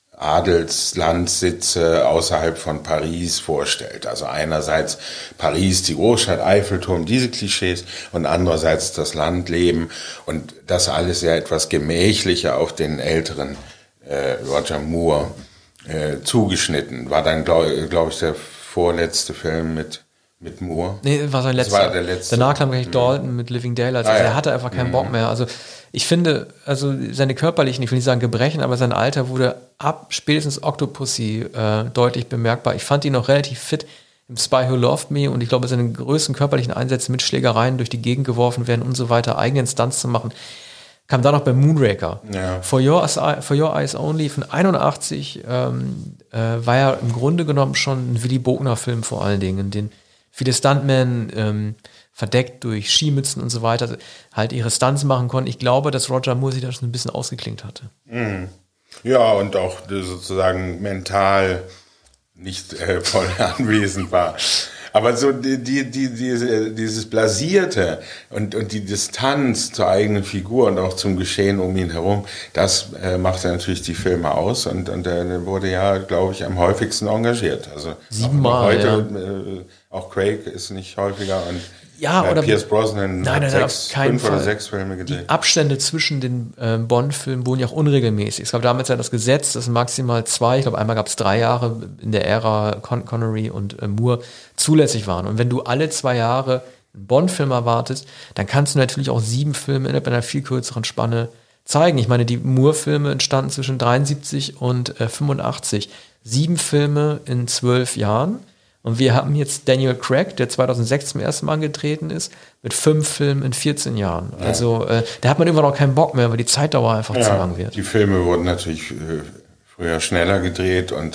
Adelslandsitze außerhalb von Paris vorstellt. Also einerseits Paris, die Großstadt, Eiffelturm, diese Klischees und andererseits das Landleben und das alles ja etwas gemächlicher auf den älteren äh, Roger Moore äh, zugeschnitten. War dann, glaube glaub ich, der vorletzte Film mit mit Moore. Nee, war sein letzter. war der letzte. Danach kam gleich Dalton mit Living Daylights. Also Ah, ja. er hatte einfach keinen Bock mehr. Also ich finde, also seine körperlichen, ich will nicht sagen Gebrechen, aber sein Alter wurde ab spätestens Octopussy äh, deutlich bemerkbar. Ich fand ihn noch relativ fit im Spy Who Loved Me und ich glaube, seine größten körperlichen Einsätze mit Schlägereien durch die Gegend geworfen werden und so weiter, eigenen Stunts zu machen, kam dann noch bei Moonraker. Ja. For Your, For Your Eyes Only von einundachtzig ähm, äh, war ja im Grunde genommen schon ein Willy Bogner-Film vor allen Dingen, den viele Stuntmen ähm, verdeckt durch Skimützen und so weiter halt ihre Stunts machen konnten. Ich glaube, dass Roger Moore sich da schon ein bisschen ausgeklinkt hatte. Mhm. Ja, und auch sozusagen mental nicht äh, voll anwesend war. Aber so die, die, die, diese, dieses Blasierte und, und die Distanz zur eigenen Figur und auch zum Geschehen um ihn herum, das äh, machte natürlich die Filme aus und, und er wurde ja, glaube ich, am häufigsten engagiert. Also Siebenmal, auch heute, ja. äh, auch Craig ist nicht häufiger und Ja, äh, oder Pierce Brosnan nein, hat nein, sechs, auf keinen fünf oder Fall. sechs Filme gedreht. Die Abstände zwischen den äh, Bond-Filmen wurden ja auch unregelmäßig. Es gab damals ja das Gesetz, dass maximal zwei, ich glaube einmal gab es drei Jahre in der Ära Con Connery und äh, Moore zulässig waren. Und wenn du alle zwei Jahre einen Bond-Film erwartest, dann kannst du natürlich auch sieben Filme in einer viel kürzeren Spanne zeigen. Ich meine, die Moore-Filme entstanden zwischen dreiundsiebzig und äh, fünfundachtzig. Sieben Filme in zwölf Jahren. Und wir haben jetzt Daniel Craig, der zweitausendsechs zum ersten Mal angetreten ist, mit fünf Filmen in vierzehn Jahren. Ja. Also äh, da hat man irgendwann auch keinen Bock mehr, weil die Zeitdauer einfach ja, zu lang wird. Die Filme wurden natürlich äh, früher schneller gedreht und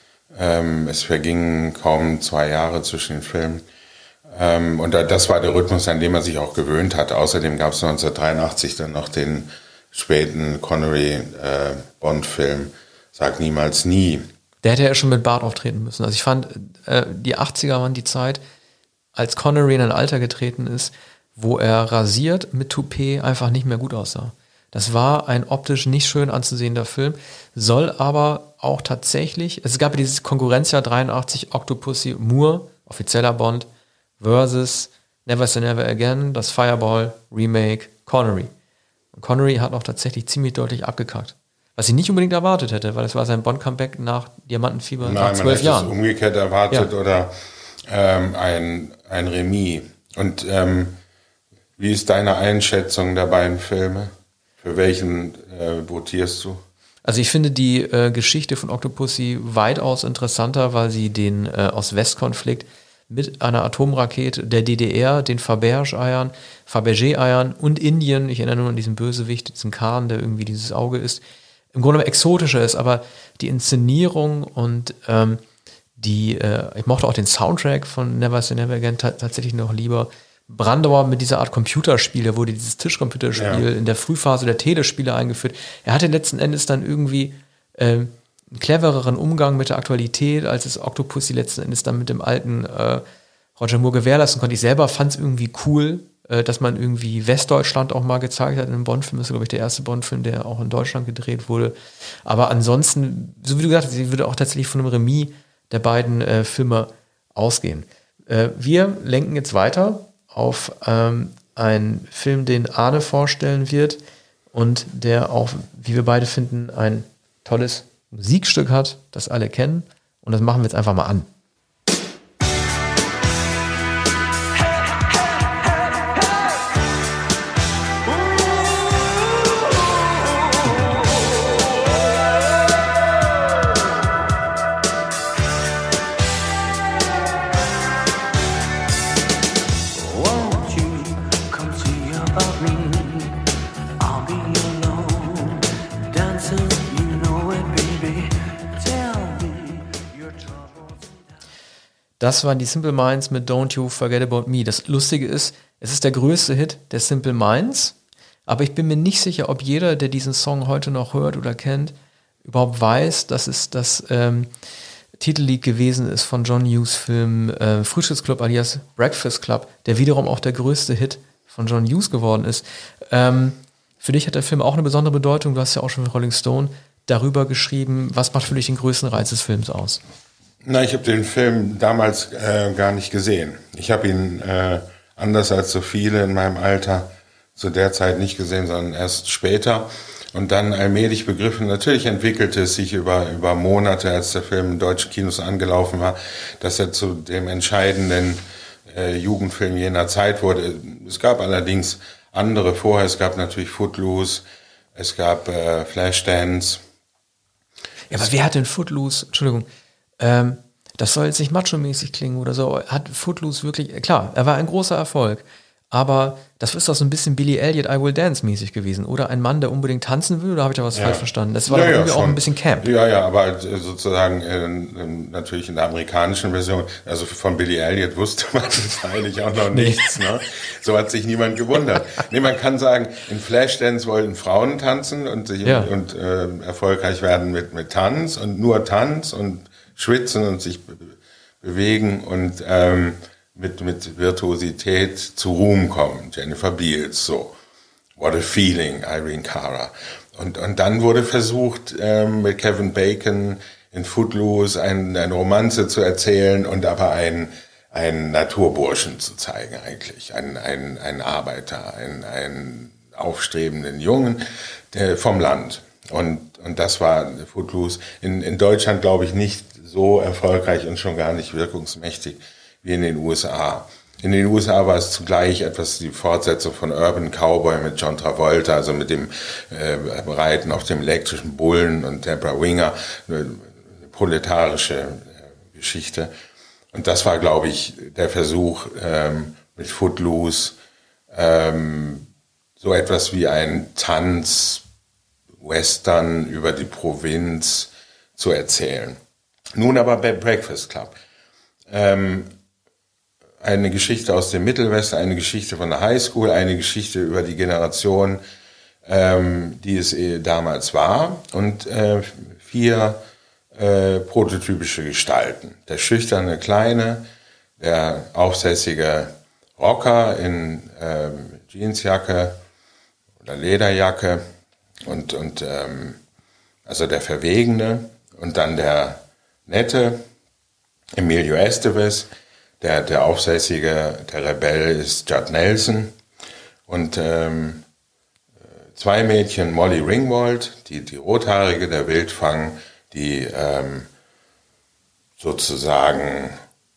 ähm, es vergingen kaum zwei Jahre zwischen den Filmen. Ähm, und da, das war der Rhythmus, an den man sich auch gewöhnt hat. Außerdem gab es neunzehnhundertdreiundachtzig dann noch den späten Connery-Bond-Film Sag niemals nie. Der hätte ja schon mit Bart auftreten müssen. Also ich fand, äh, die achtziger waren die Zeit, als Connery in ein Alter getreten ist, wo er rasiert mit Toupet einfach nicht mehr gut aussah. Das war ein optisch nicht schön anzusehender Film, soll aber auch tatsächlich, es gab ja dieses Konkurrenzjahr dreiundachtzig, Octopussy, Moore, offizieller Bond, versus Never Say Never Again, das Fireball, Remake, Connery. Und Connery hat auch tatsächlich ziemlich deutlich abgekackt. Was ich nicht unbedingt erwartet hätte, weil es war sein Bond-Comeback nach Diamantenfieber Nein, nach zwölf Jahren. Man hätte es umgekehrt erwartet ja. oder ähm, ein, ein Remis. Und ähm, wie ist deine Einschätzung der beiden Filme? Für welchen äh, votierst du? Also ich finde die äh, Geschichte von Octopussy weitaus interessanter, weil sie den äh, Ost-West-Konflikt mit einer Atomrakete der D D R, den Faberge-Eiern, Fabergé-Eiern und Indien, ich erinnere nur an diesen Bösewicht, diesen Khan, der irgendwie dieses Auge ist, im Grunde exotischer ist, aber die Inszenierung und ähm, die, äh, ich mochte auch den Soundtrack von Never Say Never Again t- tatsächlich noch lieber. Brandauer mit dieser Art Computerspiel, da wurde dieses Tischcomputerspiel ja. in der Frühphase der Telespiele eingeführt. Er hatte letzten Endes dann irgendwie ähm, einen clevereren Umgang mit der Aktualität, als es Octopussy letzten Endes dann mit dem alten äh, Roger Moore gewährleisten konnte. Ich selber fand es irgendwie cool, äh, dass man irgendwie Westdeutschland auch mal gezeigt hat in einem Bond-Film. Das ist, glaube ich, der erste Bond-Film, der auch in Deutschland gedreht wurde. Aber ansonsten, so wie du gesagt hast, ich würde auch tatsächlich von einem Remis der beiden äh, Filme ausgehen. Äh, wir lenken jetzt weiter auf ähm, einen Film, den Arne vorstellen wird und der auch, wie wir beide finden, ein tolles Musikstück hat, das alle kennen. Und das machen wir jetzt einfach mal an. Das waren die Simple Minds mit Don't You Forget About Me. Das Lustige ist, es ist der größte Hit der Simple Minds, aber ich bin mir nicht sicher, ob jeder, der diesen Song heute noch hört oder kennt, überhaupt weiß, dass es das ähm, Titellied gewesen ist von John Hughes Film äh, Frühstücksclub alias Breakfast Club, der wiederum auch der größte Hit von John Hughes geworden ist. Ähm, für dich hat der Film auch eine besondere Bedeutung. Du hast ja auch schon mit Rolling Stone darüber geschrieben. Was macht für dich den größten Reiz des Films aus? Na, ich habe den Film damals äh, gar nicht gesehen. Ich habe ihn äh, anders als so viele in meinem Alter zu der Zeit nicht gesehen, sondern erst später und dann allmählich begriffen. Natürlich entwickelte es sich über über Monate, als der Film in deutschen Kinos angelaufen war, dass er zu dem entscheidenden äh, Jugendfilm jener Zeit wurde. Es gab allerdings andere vorher. Es gab natürlich Footloose, es gab äh, Flashdance. Ja, aber wer hat denn Footloose? Entschuldigung. Ähm, das soll jetzt nicht macho-mäßig klingen oder so. Hat Footloose wirklich, klar, er war ein großer Erfolg, aber das ist doch so ein bisschen Billy Elliot, I Will Dance mäßig gewesen. Oder ein Mann, der unbedingt tanzen will, oder habe ich da was ja. falsch verstanden? Das war ja, doch ja, irgendwie schon. auch ein bisschen Camp. Ja, ja, aber sozusagen äh, natürlich in der amerikanischen Version, also von Billy Elliot wusste man das eigentlich auch noch nichts. Ne? So hat sich niemand gewundert. Nee, man kann sagen, in Flashdance wollten Frauen tanzen und, sich ja. und äh, erfolgreich werden mit, mit Tanz und nur Tanz und schwitzen und sich be- bewegen und ähm, mit, mit Virtuosität zu Ruhm kommen. Jennifer Beals, so. What a Feeling, Irene Cara. Und, und dann wurde versucht, ähm, mit Kevin Bacon in Footloose ein, eine Romanze zu erzählen und aber einen, einen Naturburschen zu zeigen eigentlich. Einen, einen, einen Arbeiter, einen, einen aufstrebenden Jungen der, vom Land. Und, und das war Footloose. In, in Deutschland, glaube ich, nicht so erfolgreich und schon gar nicht wirkungsmächtig wie in den U S A. In den U S A war es zugleich etwas die Fortsetzung von Urban Cowboy mit John Travolta, also mit dem äh, Reiten auf dem elektrischen Bullen und Deborah Winger, eine proletarische äh, Geschichte. Und das war, glaube ich, der Versuch ähm, mit Footloose ähm, so etwas wie ein Tanz-Western über die Provinz zu erzählen. Nun aber bei Breakfast Club. Ähm, eine Geschichte aus dem Mittelwesten, eine Geschichte von der Highschool, eine Geschichte über die Generation, ähm, die es eh damals war und äh, vier äh, prototypische Gestalten. Der schüchterne Kleine, der aufsässige Rocker in ähm, Jeansjacke oder Lederjacke und, und ähm, also der Verwegene und dann der nette Emilio Estevez, der, der aufsässige, der Rebell ist Judd Nelson und ähm, zwei Mädchen, Molly Ringwald, die, die Rothaarige, der Wildfang, die ähm, sozusagen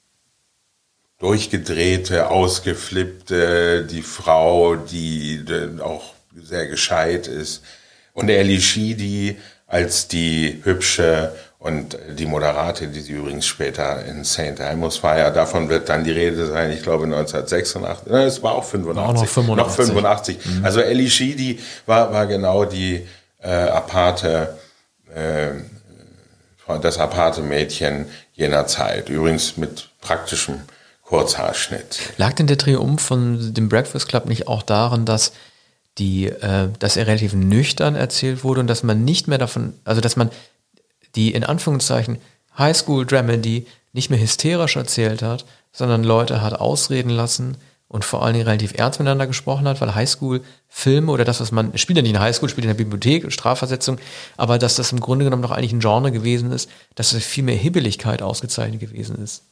durchgedrehte, ausgeflippte, die Frau, die auch sehr gescheit ist. Und Ellie Sheedy als die hübsche und die Moderate, die sie übrigens später in Saint Elmo's war. Ja, davon wird dann die Rede sein, ich glaube neunzehnhundertsechsundachtzig. Nein, es war auch fünfundachtzig. War auch noch fünfundachtzig. Noch fünfundachtzig. Mhm. Also Ellie Sheedy war, war genau die äh, aparte, äh, das aparte Mädchen jener Zeit. Übrigens mit praktischem Kurzhaarschnitt. Lag denn der Triumph von dem Breakfast Club nicht auch darin, dass die, äh, dass er relativ nüchtern erzählt wurde und dass man nicht mehr davon, also dass man die in Anführungszeichen Highschool-Dramedy nicht mehr hysterisch erzählt hat, sondern Leute hat ausreden lassen und vor allen Dingen relativ ernst miteinander gesprochen hat, weil Highschool-Filme oder das, was man, spielt ja nicht in der Highschool, spielt in der Bibliothek, Strafversetzung, aber dass das im Grunde genommen doch eigentlich ein Genre gewesen ist, dass es viel mehr Hibbeligkeit ausgezeichnet gewesen ist.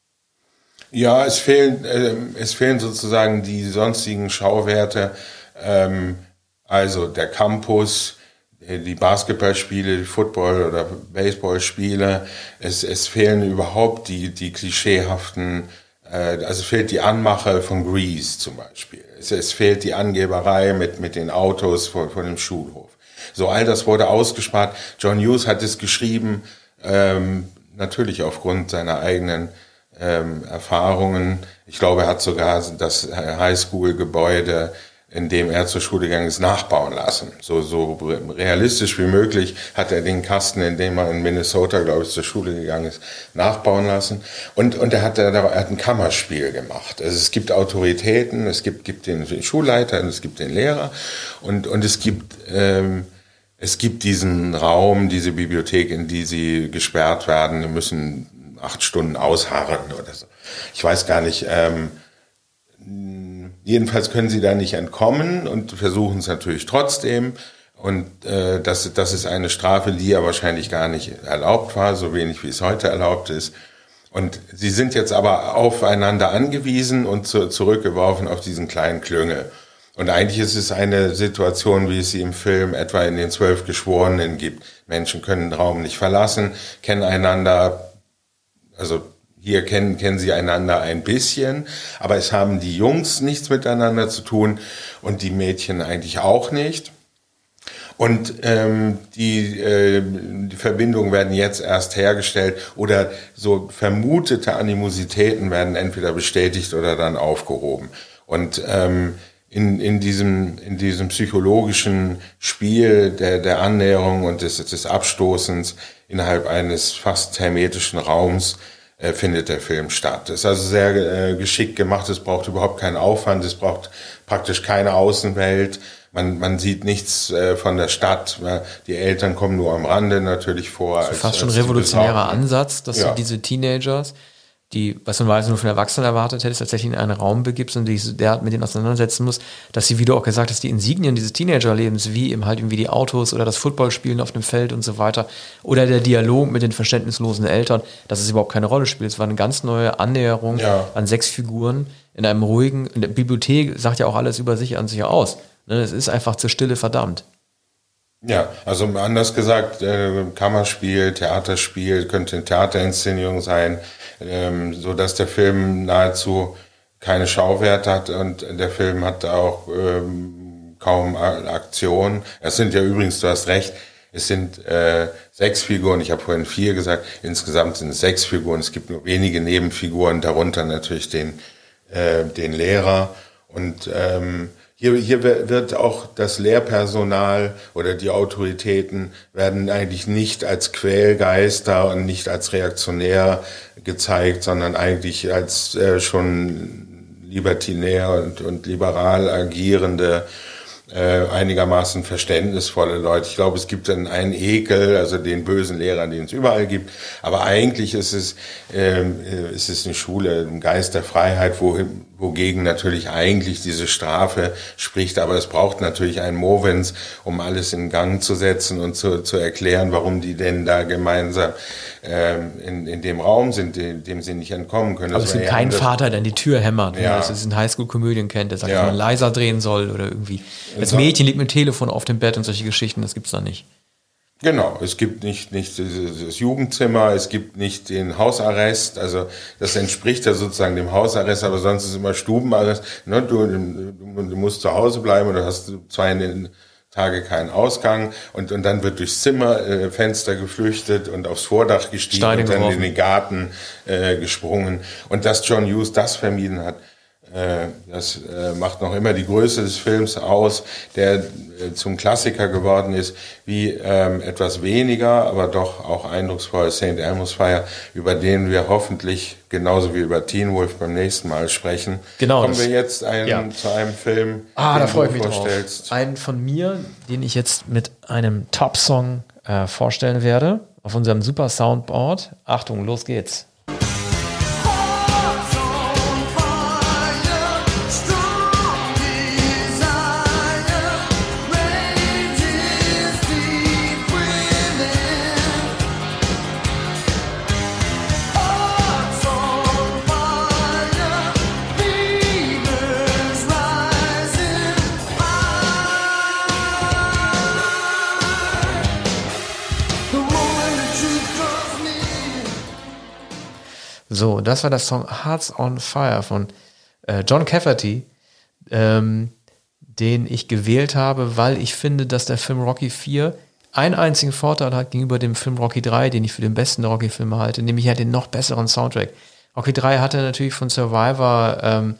Ja, es fehlen, äh, es fehlen sozusagen die sonstigen Schauwerte, ähm, also der Campus, die Basketballspiele, die Football- oder Baseballspiele. Es, es fehlen überhaupt die, die klischeehaften, äh, also es fehlt die Anmache von Grease zum Beispiel. Es, es fehlt die Angeberei mit, mit den Autos vor, vor dem Schulhof. So, all das wurde ausgespart. John Hughes hat es geschrieben, ähm, natürlich aufgrund seiner eigenen ähm, Erfahrungen. Ich glaube, er hat sogar das Highschool-Gebäude, in dem er zur Schule gegangen ist, nachbauen lassen. So, so realistisch wie möglich hat er den Kasten, in dem er in Minnesota, glaube ich, zur Schule gegangen ist, nachbauen lassen. Und, und er hat, er hat ein Kammerspiel gemacht. Also es gibt Autoritäten, es gibt, gibt den Schulleiter, und es gibt den Lehrer und, und es gibt, ähm, es gibt diesen Raum, diese Bibliothek, in die sie gesperrt werden. Die müssen acht Stunden ausharren oder so. Ich weiß gar nicht, ähm, jedenfalls können sie da nicht entkommen und versuchen es natürlich trotzdem. Und äh, das, das ist eine Strafe, die ja wahrscheinlich gar nicht erlaubt war, so wenig wie es heute erlaubt ist. Und sie sind jetzt aber aufeinander angewiesen und zu, zurückgeworfen auf diesen kleinen Klüngel. Und eigentlich ist es eine Situation, wie es sie im Film etwa in den Zwölf Geschworenen gibt. Menschen können den Raum nicht verlassen, kennen einander, also hier kennen, kennen sie einander ein bisschen, aber es haben die Jungs nichts miteinander zu tun und die Mädchen eigentlich auch nicht. Und ähm, die, äh, die Verbindungen werden jetzt erst hergestellt oder so vermutete Animositäten werden entweder bestätigt oder dann aufgehoben. Und ähm, in, in, diesem, in diesem psychologischen Spiel der, der Annäherung und des, des Abstoßens innerhalb eines fast hermetischen Raums äh, findet der Film statt. Es ist also sehr äh, geschickt gemacht, es braucht überhaupt keinen Aufwand, es braucht praktisch keine Außenwelt, man, man sieht nichts äh, von der Stadt, die Eltern kommen nur am Rande natürlich vor. Das ist fast schon ein revolutionärer Ansatz, dass ja. du diese Teenagers, die, was man weiß, nur von Erwachsenen erwartet hättest, tatsächlich in einen Raum begibst und dich der mit denen auseinandersetzen muss, dass sie, wie du auch gesagt hast, die Insignien dieses Teenagerlebens, wie eben halt irgendwie die Autos oder das Footballspielen auf dem Feld und so weiter oder der Dialog mit den verständnislosen Eltern, dass es überhaupt keine Rolle spielt. Es war eine ganz neue Annäherung ja. an sechs Figuren in einem ruhigen, in der Bibliothek sagt ja auch alles über sich an sich aus. Es ist einfach zur Stille verdammt. Ja, also anders gesagt, äh, Kammerspiel, Theaterspiel, könnte eine Theaterinszenierung sein, ähm, so dass der Film nahezu keine Schauwerte hat und der Film hat auch ähm, kaum Aktion. Es sind ja übrigens, du hast recht, es sind äh, sechs Figuren, ich habe vorhin vier gesagt, insgesamt sind es sechs Figuren, es gibt nur wenige Nebenfiguren, darunter natürlich den, äh, den Lehrer und ähm, Hier, hier wird auch das Lehrpersonal oder die Autoritäten werden eigentlich nicht als Quälgeister und nicht als reaktionär gezeigt, sondern eigentlich als äh, schon libertinär und, und liberal agierende äh, einigermaßen verständnisvolle Leute. Ich glaube, es gibt dann einen Ekel, also den bösen Lehrer, den es überall gibt. Aber eigentlich ist es, äh, ist es eine Schule, ein Geist der Freiheit, wo, wogegen natürlich eigentlich diese Strafe spricht. Aber es braucht natürlich einen Movens, um alles in Gang zu setzen und zu, zu erklären, warum die denn da gemeinsam In, in dem Raum sind, dem, dem sie nicht entkommen können. Aber es gibt keinen Vater, der an die Tür hämmert, ja. wenn man das in Highschool-Komödien kennt, der sagt, ja. dass man leiser drehen soll oder irgendwie. Das so. Mädchen liegt mit dem Telefon auf dem Bett und solche Geschichten, das gibt's da nicht. Genau, es gibt nicht, nicht das Jugendzimmer, es gibt nicht den Hausarrest, also das entspricht ja sozusagen dem Hausarrest, aber sonst ist es immer Stubenarrest. Ne? Du, du, du musst zu Hause bleiben oder hast zwei in den Tage keinen Ausgang und, und dann wird durchs Zimmer äh, Fenster geflüchtet und aufs Vordach gestiegen Steine und dann geworfen. In den Garten äh, gesprungen. Und dass John Hughes das vermieden hat, äh, das äh, macht noch immer die Größe des Films aus, der äh, zum Klassiker geworden ist, wie ähm, etwas weniger, aber doch auch eindrucksvoll Saint Elmo's Fire, über den wir hoffentlich genauso wie über Teen Wolf beim nächsten Mal sprechen. Genau. Kommen wir jetzt ein, ja. zu einem Film, ah, den da freue du ich mich vorstellst. Drauf. Einen von mir, den ich jetzt mit einem Top-Song äh, vorstellen werde, auf unserem super Soundboard. Achtung, los geht's. So, das war der Song Hearts on Fire von äh, John Cafferty, ähm, den ich gewählt habe, weil ich finde, dass der Film Rocky vier einen einzigen Vorteil hat gegenüber dem Film Rocky drei, den ich für den besten Rocky-Film halte, nämlich er hat den noch besseren Soundtrack. Rocky drei hatte natürlich von Survivor ähm,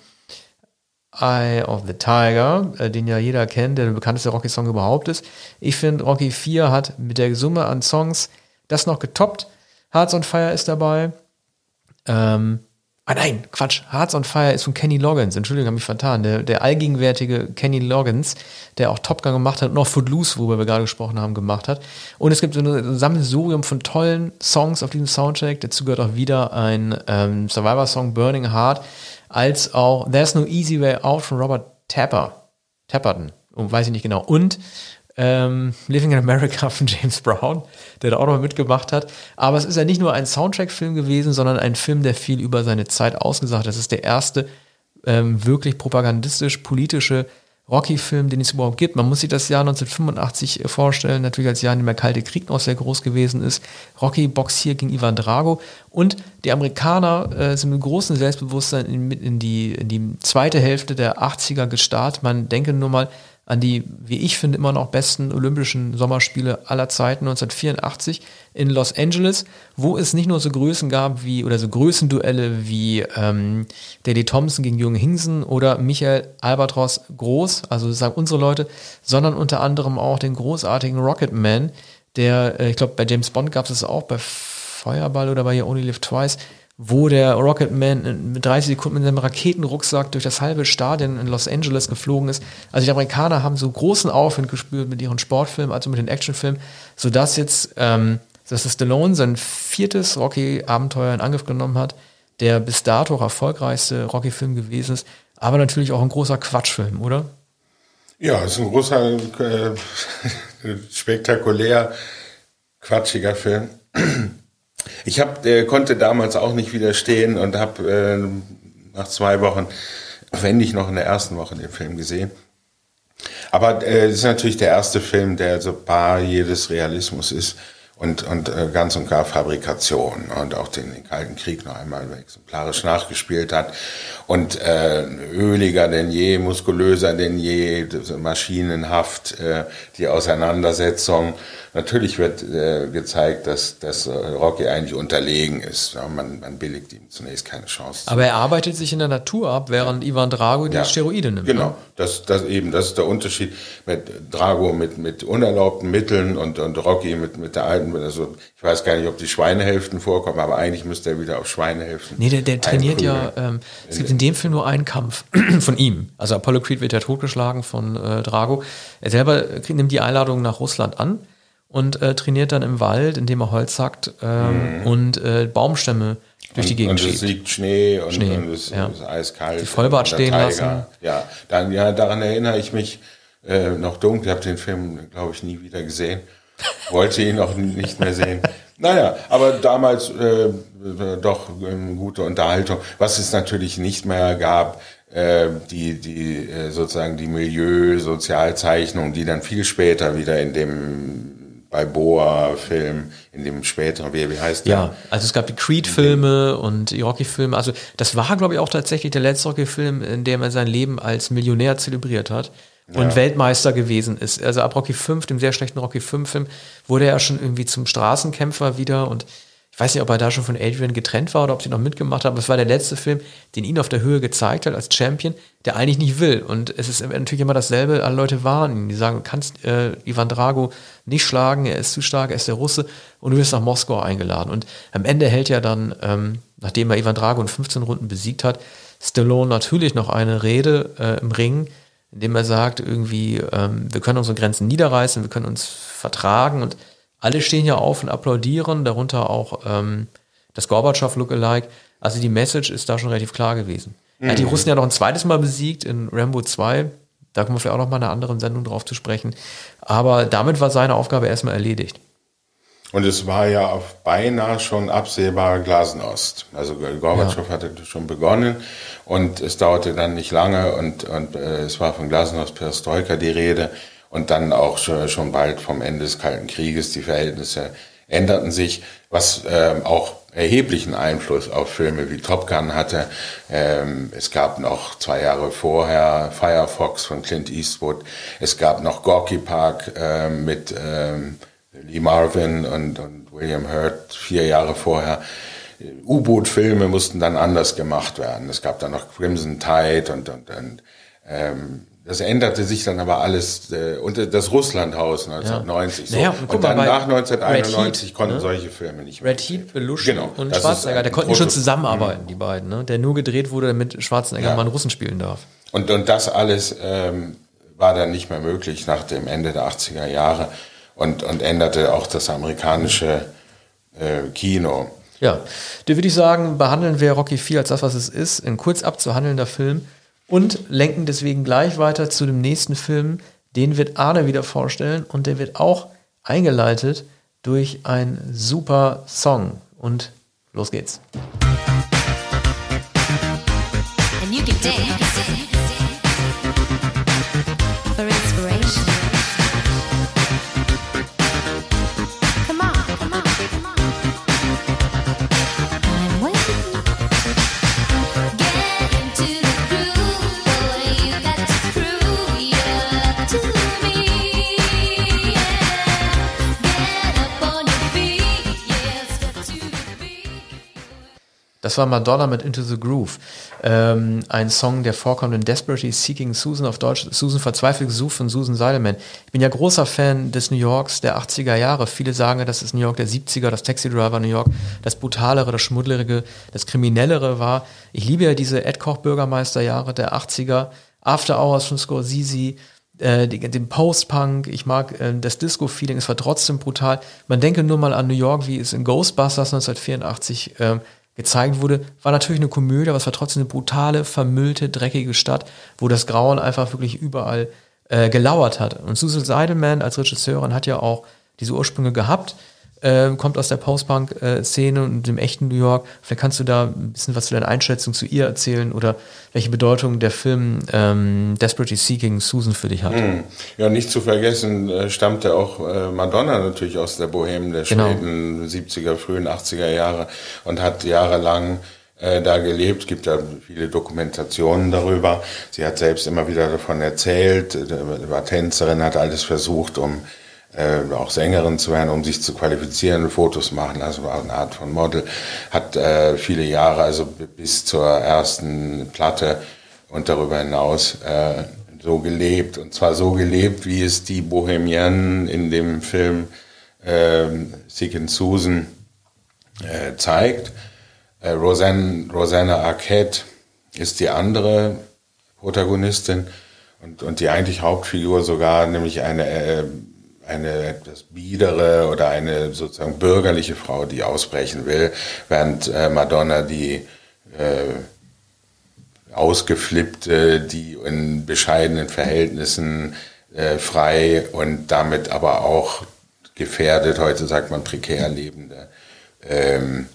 Eye of the Tiger, äh, den ja jeder kennt, der der bekannteste Rocky-Song überhaupt ist. Ich finde, Rocky vier hat mit der Summe an Songs das noch getoppt. Hearts on Fire ist dabei. Ähm, ah nein, Quatsch, Hearts on Fire ist von Kenny Loggins, Entschuldigung, habe mich vertan, der, der allgegenwärtige Kenny Loggins, der auch Top Gun gemacht hat und auch Footloose, worüber wir gerade gesprochen haben, gemacht hat. Und es gibt so ein Sammelsurium von tollen Songs auf diesem Soundtrack, dazu gehört auch wieder ein ähm, Survivor-Song Burning Heart, als auch There's No Easy Way Out von Robert Tapper, Tapperton, oh, weiß ich nicht genau, und Ähm, Living in America von James Brown, der da auch noch mitgemacht hat. Aber es ist ja nicht nur ein Soundtrack-Film gewesen, sondern ein Film, der viel über seine Zeit ausgesagt hat. Das ist der erste ähm, wirklich propagandistisch-politische Rocky-Film, den es überhaupt gibt. Man muss sich das Jahr neunzehnhundertfünfundachtzig vorstellen, natürlich als Jahr, in dem der Kalte Krieg noch sehr groß gewesen ist. Rocky boxt hier gegen Ivan Drago. Und die Amerikaner äh, sind mit großem Selbstbewusstsein in, in, die, in die zweite Hälfte der achtziger gestartet. Man denke nur mal an die, wie ich finde, immer noch besten Olympischen Sommerspiele aller Zeiten, neunzehnhundertvierundachtzig in Los Angeles, wo es nicht nur so Größen gab wie, oder so Größenduelle wie ähm, Daley Thompson gegen Jürgen Hingsen oder Michael Albatros Groß, also das sagen unsere Leute, sondern unter anderem auch den großartigen Rocketman, der, äh, ich glaube, bei James Bond gab es es auch, bei Feuerball oder bei You Only Live Twice, wo der Rocketman mit dreißig Sekunden mit seinem Raketenrucksack durch das halbe Stadion in Los Angeles geflogen ist. Also die Amerikaner haben so großen Aufwind gespürt mit ihren Sportfilmen, also mit den Actionfilmen, sodass jetzt, ähm, dass Stallone sein viertes Rocky-Abenteuer in Angriff genommen hat, der bis dato auch erfolgreichste Rocky-Film gewesen ist, aber natürlich auch ein großer Quatschfilm, oder? Ja, es ist ein großer, äh, spektakulär quatschiger Film. Ich hab, äh, konnte damals auch nicht widerstehen und habe äh, nach zwei Wochen, wenn nicht noch in der ersten Woche, den Film gesehen. Aber es äh, ist natürlich der erste Film, der so bar jedes Realismus ist und, und äh, ganz und gar Fabrikation und auch den, den Kalten Krieg noch einmal exemplarisch nachgespielt hat. Und äh, öliger denn je, muskulöser denn je, maschinenhaft, äh, die Auseinandersetzung. Natürlich wird äh, gezeigt, dass, dass Rocky eigentlich unterlegen ist. Ja, man, man billigt ihm zunächst keine Chance. Aber er arbeitet sich in der Natur ab, während ja. Ivan Drago die ja. Steroide nimmt. Genau, ne? das, das eben, das ist der Unterschied mit Drago mit, mit unerlaubten Mitteln und, und Rocky mit, mit der alten also ich weiß gar nicht, ob die Schweinehälften vorkommen, aber eigentlich müsste er wieder auf Schweinehälften. Nee, der, der trainiert ja, ähm, es gibt in dem Film nur einen Kampf von ihm. Also Apollo Creed wird ja totgeschlagen von äh, Drago. Er selber nimmt die Einladung nach Russland an und äh, trainiert dann im Wald, indem er Holz hackt ähm, mhm. und äh, Baumstämme durch und, die Gegend schiebt. Und es liegt Schnee und, Schnee, und es ja. ist eiskalt. Die Vollbart stehen Tiger. lassen. Ja, dann, ja, daran erinnere ich mich äh, noch dunkel. Ich habe den Film, glaube ich, nie wieder gesehen. Wollte ihn auch nicht mehr sehen. Naja, aber damals äh, doch ähm, gute Unterhaltung. Was es natürlich nicht mehr gab, äh, die die äh, sozusagen die Milieu-Sozialzeichnung, die dann viel später wieder in dem Balboa-Film, in dem späteren, wie, wie heißt der? Ja, also es gab die Creed-Filme und die Rocky-Filme. Also das war, glaube ich, auch tatsächlich der letzte Rocky-Film, in dem er sein Leben als Millionär zelebriert hat. Und ja. Weltmeister gewesen ist. Also ab Rocky fünf, dem sehr schlechten Rocky fünf Film, wurde er schon irgendwie zum Straßenkämpfer wieder und ich weiß nicht, ob er da schon von Adrian getrennt war oder ob sie noch mitgemacht haben, aber es war der letzte Film, den ihn auf der Höhe gezeigt hat als Champion, der eigentlich nicht will. Und es ist natürlich immer dasselbe, alle Leute warnen ihn, die sagen, du kannst äh, Ivan Drago nicht schlagen, er ist zu stark, er ist der Russe und du wirst nach Moskau eingeladen. Und am Ende hält ja dann, ähm, nachdem er Ivan Drago in fünfzehn Runden besiegt hat, Stallone natürlich noch eine Rede äh, im Ring, indem er sagt, irgendwie, ähm, wir können unsere Grenzen niederreißen, wir können uns vertragen und alle stehen ja auf und applaudieren, darunter auch ähm, das Gorbatschow-Lookalike. Also die Message ist da schon relativ klar gewesen. Mhm. Er hat die Russen ja noch ein zweites Mal besiegt in Rambo zwei, da kommen wir vielleicht auch noch mal in einer anderen Sendung drauf zu sprechen, aber damit war seine Aufgabe erstmal erledigt. Und es war ja auf beinahe schon absehbar Glasnost. Also Gorbatschow ja. hatte schon begonnen und es dauerte dann nicht lange und, und äh, es war von Glasnost, Perestroika die Rede und dann auch schon, schon bald vom Ende des Kalten Krieges. Die Verhältnisse änderten sich, was äh, auch erheblichen Einfluss auf Filme wie Top Gun hatte. Ähm, es gab noch zwei Jahre vorher Firefox von Clint Eastwood. Es gab noch Gorky Park äh, mit ähm, Lee Marvin und, und William Hurt vier Jahre vorher. U-Boot-Filme mussten dann anders gemacht werden. Es gab dann noch Crimson Tide und, und, und ähm, das änderte sich dann aber alles äh, und das Russlandhaus neunzehnhundertneunzig. Ja. So. Naja, und, und dann mal, nach neunzehnhunderteinundneunzig Heat, konnten ne? solche Filme nicht mehr. Red Heat, Belushi genau, und Schwarzenegger, der konnten schon zusammenarbeiten, mhm. die beiden. Ne? Der nur gedreht wurde, damit Schwarzenegger ja. mal einen Russen spielen darf. Und, und das alles ähm, war dann nicht mehr möglich nach dem Ende der achtziger Jahre. Und, und änderte auch das amerikanische äh, Kino. Ja, da würde ich sagen, behandeln wir Rocky vier als das, was es ist, ein kurz abzuhandelnder Film und lenken deswegen gleich weiter zu dem nächsten Film, den wird Arne wieder vorstellen und der wird auch eingeleitet durch einen super Song. Und los geht's. And you can dance for inspiration. Das war Madonna mit Into the Groove. Ähm, ein Song, der vorkommt in Desperately Seeking Susan, auf Deutsch Susan verzweifelt gesucht von Susan Seidelman. Ich bin ja großer Fan des New Yorks der achtziger Jahre. Viele sagen, dass das New York der siebziger, das Taxi Driver New York, das brutalere, das schmuddlerige, das kriminellere war. Ich liebe ja diese Ed Koch Bürgermeisterjahre der achtziger, After Hours von Scorsese, äh, den Post-Punk, ich mag äh, das Disco-Feeling, es war trotzdem brutal. Man denke nur mal an New York, wie es in Ghostbusters neunzehnhundertvierundachtzig äh, gezeigt wurde, war natürlich eine Komödie, aber es war trotzdem eine brutale, vermüllte, dreckige Stadt, wo das Grauen einfach wirklich überall äh, gelauert hat. Und Susan Seidelman als Regisseurin hat ja auch diese Ursprünge gehabt, äh, kommt aus der Post-Punk-Szene und dem echten New York. Vielleicht kannst du da ein bisschen was zu deiner Einschätzung zu ihr erzählen oder welche Bedeutung der Film ähm, Desperately Seeking Susan für dich hat. Ja, nicht zu vergessen, äh, stammte auch äh, Madonna natürlich aus der Bohème der genau. späten siebziger, frühen achtziger Jahre und hat jahrelang äh, da gelebt. Es gibt ja viele Dokumentationen darüber. Sie hat selbst immer wieder davon erzählt, äh, war Tänzerin, hat alles versucht, um Äh, auch Sängerin zu werden, um sich zu qualifizieren, Fotos machen, also war eine Art von Model, hat äh, viele Jahre, also bis zur ersten Platte und darüber hinaus äh, so gelebt, und zwar so gelebt, wie es die Bohemienne in dem Film äh, Sick and Susan äh, zeigt. Äh, Roseanne, Rosanna Arquette ist die andere Protagonistin und, und die eigentlich Hauptfigur sogar, nämlich eine, äh, eine etwas biedere oder eine sozusagen bürgerliche Frau, die ausbrechen will, während äh, Madonna die äh, ausgeflippte, die in bescheidenen Verhältnissen äh, frei und damit aber auch gefährdet, heute sagt man prekär lebende ähm,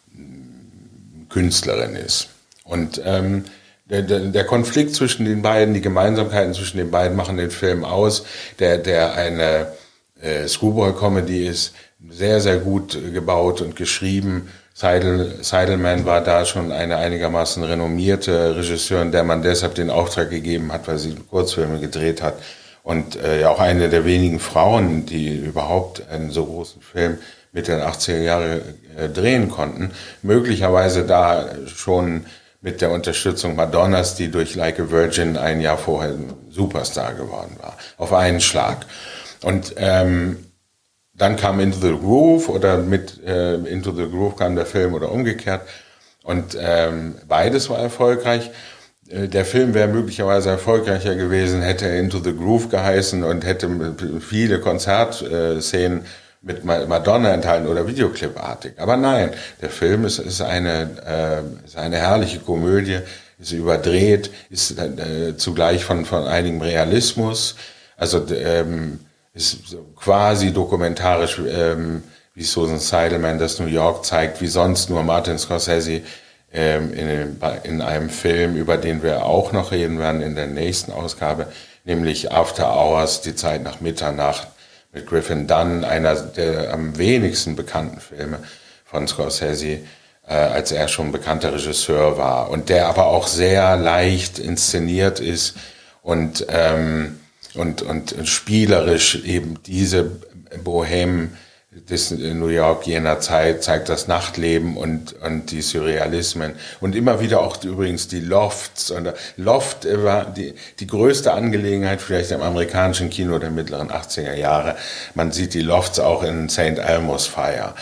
Künstlerin ist. Und ähm, der, der, der Konflikt zwischen den beiden, die Gemeinsamkeiten zwischen den beiden machen den Film aus, der, der eine äh, Screwball-Comedy ist, sehr, sehr gut gebaut und geschrieben. Seidel, Seidelman war da schon eine einigermaßen renommierte Regisseurin, der man deshalb den Auftrag gegeben hat, weil sie Kurzfilme gedreht hat. Und äh, ja auch eine der wenigen Frauen, die überhaupt einen so großen Film Mitte der achtziger Jahre äh, drehen konnten. Möglicherweise da schon mit der Unterstützung Madonnas, die durch Like a Virgin ein Jahr vorher Superstar geworden war. Auf einen Schlag. Und ähm, dann kam Into the Groove oder mit äh, Into the Groove kam der Film oder umgekehrt. Und ähm, beides war erfolgreich. Äh, der Film wäre möglicherweise erfolgreicher gewesen, hätte er Into the Groove geheißen und hätte viele Konzertszenen mit Madonna enthalten oder Videoclipartig. Aber nein, der Film ist, ist, eine, äh, ist eine herrliche Komödie, ist überdreht, ist äh, zugleich von, von einigem Realismus. Also ähm, ist so quasi dokumentarisch, ähm, wie Susan Seidelman das New York zeigt, wie sonst nur Martin Scorsese ähm, in, in einem Film, über den wir auch noch reden werden in der nächsten Ausgabe, nämlich After Hours, die Zeit nach Mitternacht, mit Griffin Dunn, einer der am wenigsten bekannten Filme von Scorsese, äh, als er schon bekannter Regisseur war und der aber auch sehr leicht inszeniert ist und ähm, und und spielerisch eben diese Bohème des New York jener Zeit zeigt, das Nachtleben und und die Surrealismen und immer wieder auch übrigens die Lofts. Und Loft war die die größte Angelegenheit vielleicht im amerikanischen Kino der mittleren achtziger Jahre. Man sieht die Lofts auch in Saint Elmo's Fire.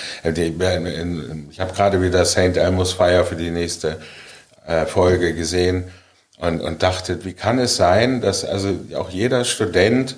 Ich habe gerade wieder Saint Elmo's Fire für die nächste Folge gesehen und und dachte, wie kann es sein, dass also auch jeder Student,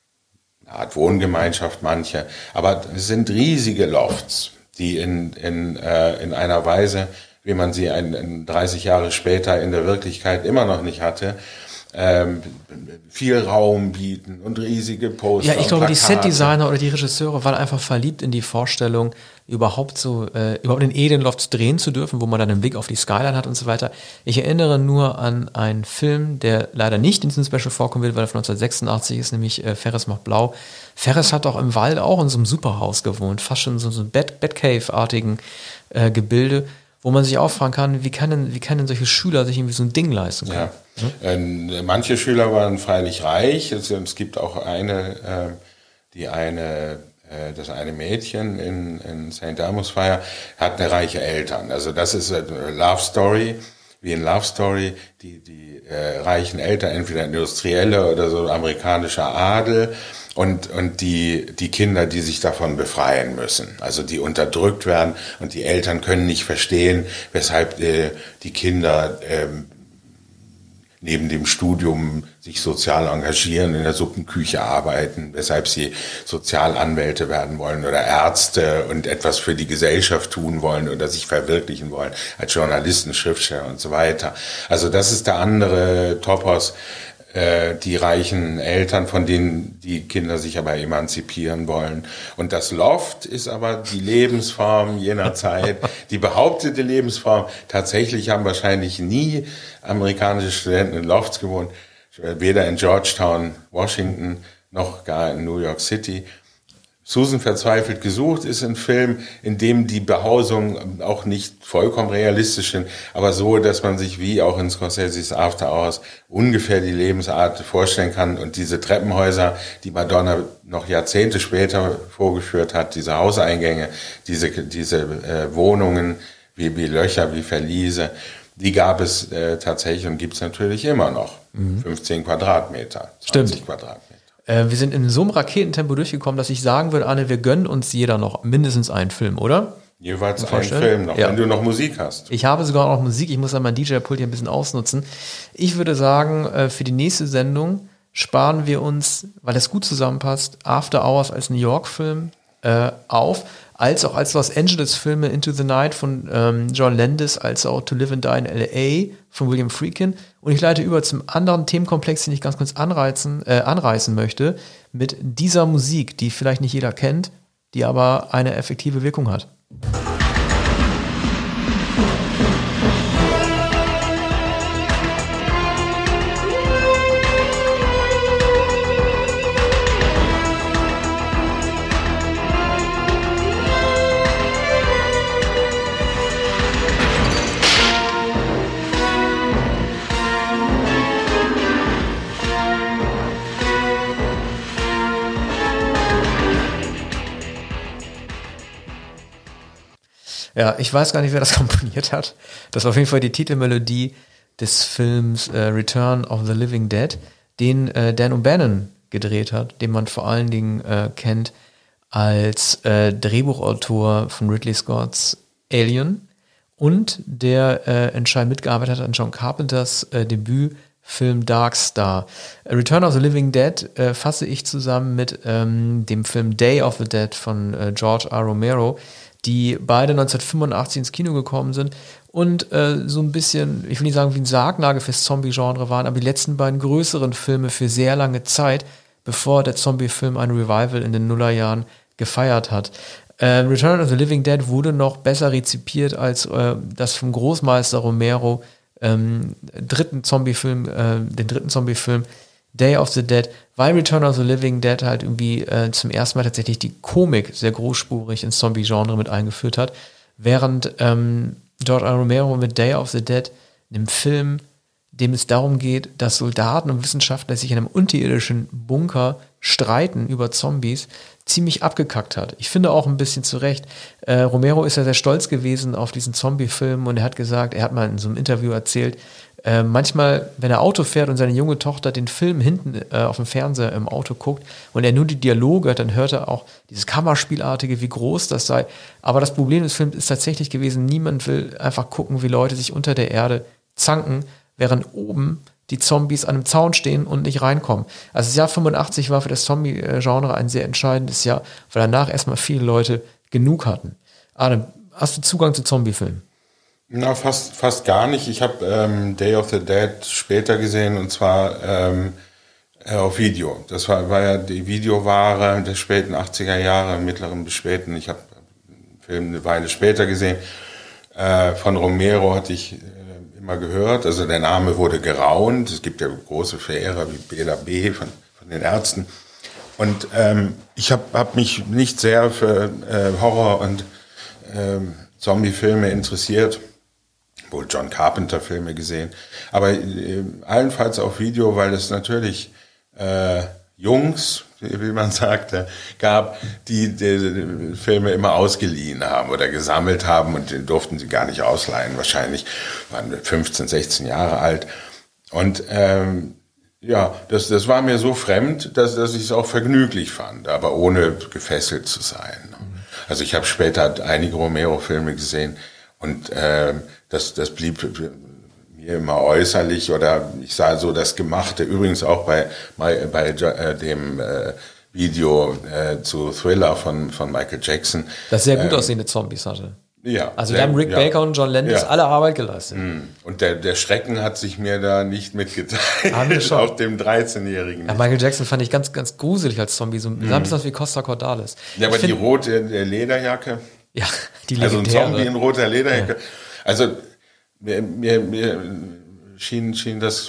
Art Wohngemeinschaft manche, aber es sind riesige Lofts, die in in äh, in einer Weise, wie man sie ein, in dreißig Jahre später in der Wirklichkeit immer noch nicht hatte, ähm, viel Raum bieten und riesige Poster. Ja, ich glaube, die Setdesigner oder die Regisseure waren einfach verliebt in die Vorstellung, überhaupt so äh, überhaupt in Edenlofts drehen zu dürfen, wo man dann einen Blick auf die Skyline hat und so weiter. Ich erinnere nur an einen Film, der leider nicht in diesem Special vorkommen will, weil er von neunzehnhundertsechsundachtzig ist, nämlich äh, Ferris macht blau. Ferris hat auch im Wald auch in so einem Superhaus gewohnt, fast schon so, so einem Bad, Batcave-artigen äh, Gebilde, wo man sich auch fragen kann, wie kann denn, wie kann denn solche Schüler sich irgendwie so ein Ding leisten können? Ja. Hm? Ähm, manche Schüler waren freilich reich. Es, es gibt auch eine, äh, die eine, äh, das eine Mädchen in, in Saint Elmo's Fire hat eine reiche Eltern. Also das ist eine Love Story, wie in Love Story, die, die äh, reichen Eltern, entweder Industrielle oder so amerikanischer Adel. Und, und die, die Kinder, die sich davon befreien müssen, also die unterdrückt werden und die Eltern können nicht verstehen, weshalb äh, die Kinder ähm, neben dem Studium sich sozial engagieren, in der Suppenküche arbeiten, weshalb sie Sozialanwälte werden wollen oder Ärzte und etwas für die Gesellschaft tun wollen oder sich verwirklichen wollen als Journalisten, Schriftsteller und so weiter. Also das ist der andere Topos. Die reichen Eltern, von denen die Kinder sich aber emanzipieren wollen. Und das Loft ist aber die Lebensform jener Zeit, die behauptete Lebensform. Tatsächlich haben wahrscheinlich nie amerikanische Studenten in Lofts gewohnt, weder in Georgetown, Washington, noch gar in New York City. Susan verzweifelt gesucht ist ein Film, in dem die Behausungen auch nicht vollkommen realistisch sind, aber so, dass man sich wie auch in Scorseses After Hours ungefähr die Lebensart vorstellen kann. Und diese Treppenhäuser, die Madonna noch Jahrzehnte später vorgeführt hat, diese Hauseingänge, diese, diese äh, Wohnungen wie, wie Löcher, wie Verliese, die gab es äh, tatsächlich und gibt es natürlich immer noch. Mhm. fünfzehn Quadratmeter, zwanzig Stimmt. Quadratmeter. Äh, wir sind in so einem Raketentempo durchgekommen, dass ich sagen würde, Arne, wir gönnen uns jeder noch mindestens einen Film, oder? Jeweils einen Film noch, ja. Wenn du noch Musik hast. Ich habe sogar noch Musik, ich muss dann mein D J-Pult hier ein bisschen ausnutzen. Ich würde sagen, äh, für die nächste Sendung sparen wir uns, weil das gut zusammenpasst, After Hours als New York-Film äh, auf, als auch als Los Angeles-Filme Into the Night von ähm, John Landis, als auch To Live and Die in L A von William Friedkin. Und ich leite über zum anderen Themenkomplex, den ich ganz kurz anreizen, äh, anreißen möchte, mit dieser Musik, die vielleicht nicht jeder kennt, die aber eine effektive Wirkung hat. Ja, ich weiß gar nicht, wer das komponiert hat. Das war auf jeden Fall die Titelmelodie des Films äh, Return of the Living Dead, den äh, Dan O'Bannon gedreht hat, den man vor allen Dingen äh, kennt als äh, Drehbuchautor von Ridley Scotts Alien und der äh, entscheidend mitgearbeitet hat an John Carpenters äh, Debütfilm Dark Star. Return of the Living Dead äh, fasse ich zusammen mit ähm, dem Film Day of the Dead von äh, George R. Romero, die beide neunzehnhundertfünfundachtzig ins Kino gekommen sind und äh, so ein bisschen, ich will nicht sagen wie ein Sargnagel fürs Zombie-Genre waren, aber die letzten beiden größeren Filme für sehr lange Zeit, bevor der Zombie-Film ein Revival in den Nullerjahren gefeiert hat. Äh, Return of the Living Dead wurde noch besser rezipiert als äh, das vom Großmeister Romero ähm, dritten Zombie-Film, äh, den dritten Zombie-Film Day of the Dead, weil Return of the Living Dead halt irgendwie äh, zum ersten Mal tatsächlich die Komik sehr großspurig ins Zombie-Genre mit eingeführt hat, während ähm, George R. Romero mit Day of the Dead, einem Film, dem es darum geht, dass Soldaten und Wissenschaftler sich in einem unterirdischen Bunker streiten über Zombies, ziemlich abgekackt hat. Ich finde auch ein bisschen zu Recht. Äh, Romero ist ja sehr stolz gewesen auf diesen Zombie-Film und er hat gesagt, er hat mal in so einem Interview erzählt, Äh, manchmal, wenn er Auto fährt und seine junge Tochter den Film hinten äh, auf dem Fernseher im Auto guckt und er nur die Dialoge hört, dann hört er auch dieses Kammerspielartige, wie groß das sei. Aber das Problem des Films ist tatsächlich gewesen, niemand will einfach gucken, wie Leute sich unter der Erde zanken, während oben die Zombies an einem Zaun stehen und nicht reinkommen. Also das Jahr fünfundachtzig war für das Zombie-Genre ein sehr entscheidendes Jahr, weil danach erstmal viele Leute genug hatten. Arne, hast du Zugang zu Zombie-Filmen? Na, fast, fast gar nicht. Ich habe ähm, Day of the Dead später gesehen und zwar ähm, auf Video. Das war, war ja die Videoware der späten achtziger Jahre, mittleren bis späten. Ich habe den Film eine Weile später gesehen. Äh, von Romero hatte ich äh, immer gehört. Also der Name wurde geraunt. Es gibt ja große Verehrer wie Bela B. von, von den Ärzten. Und ähm, ich habe hab mich nicht sehr für äh, Horror- und äh, Zombie-Filme interessiert. Wohl John Carpenter-Filme gesehen, aber äh, allenfalls auf Video, weil es natürlich äh, Jungs, wie man sagte, gab, die, die die Filme immer ausgeliehen haben oder gesammelt haben und den durften sie gar nicht ausleihen. Wahrscheinlich waren wir fünfzehn, sechzehn Jahre alt und ähm, ja, das, das war mir so fremd, dass, dass ich es auch vergnüglich fand, aber ohne gefesselt zu sein. Also ich habe später einige Romero-Filme gesehen und äh, das, das blieb mir immer äußerlich oder ich sah so das Gemachte, übrigens auch bei, bei, bei äh, dem äh, Video äh, zu Thriller von, von Michael Jackson. Das sehr gut ähm, aussehende Zombies hatte. Ja. Also da haben Rick ja, Baker und John Landis ja. alle Arbeit geleistet. Und der, der Schrecken hat sich mir da nicht mitgeteilt. Haben wir schon. Auch dem dreizehnjährigen. Ja, Michael Jackson fand ich ganz, ganz gruselig als Zombie. So mhm. sah ein bisschen aus wie Costa Cordalis. Ja, aber ich die find, rote Lederjacke. Ja, die Also ein legendäre. Zombie in roter Lederjacke. Ja. Also mir, mir, mir schien, schien das,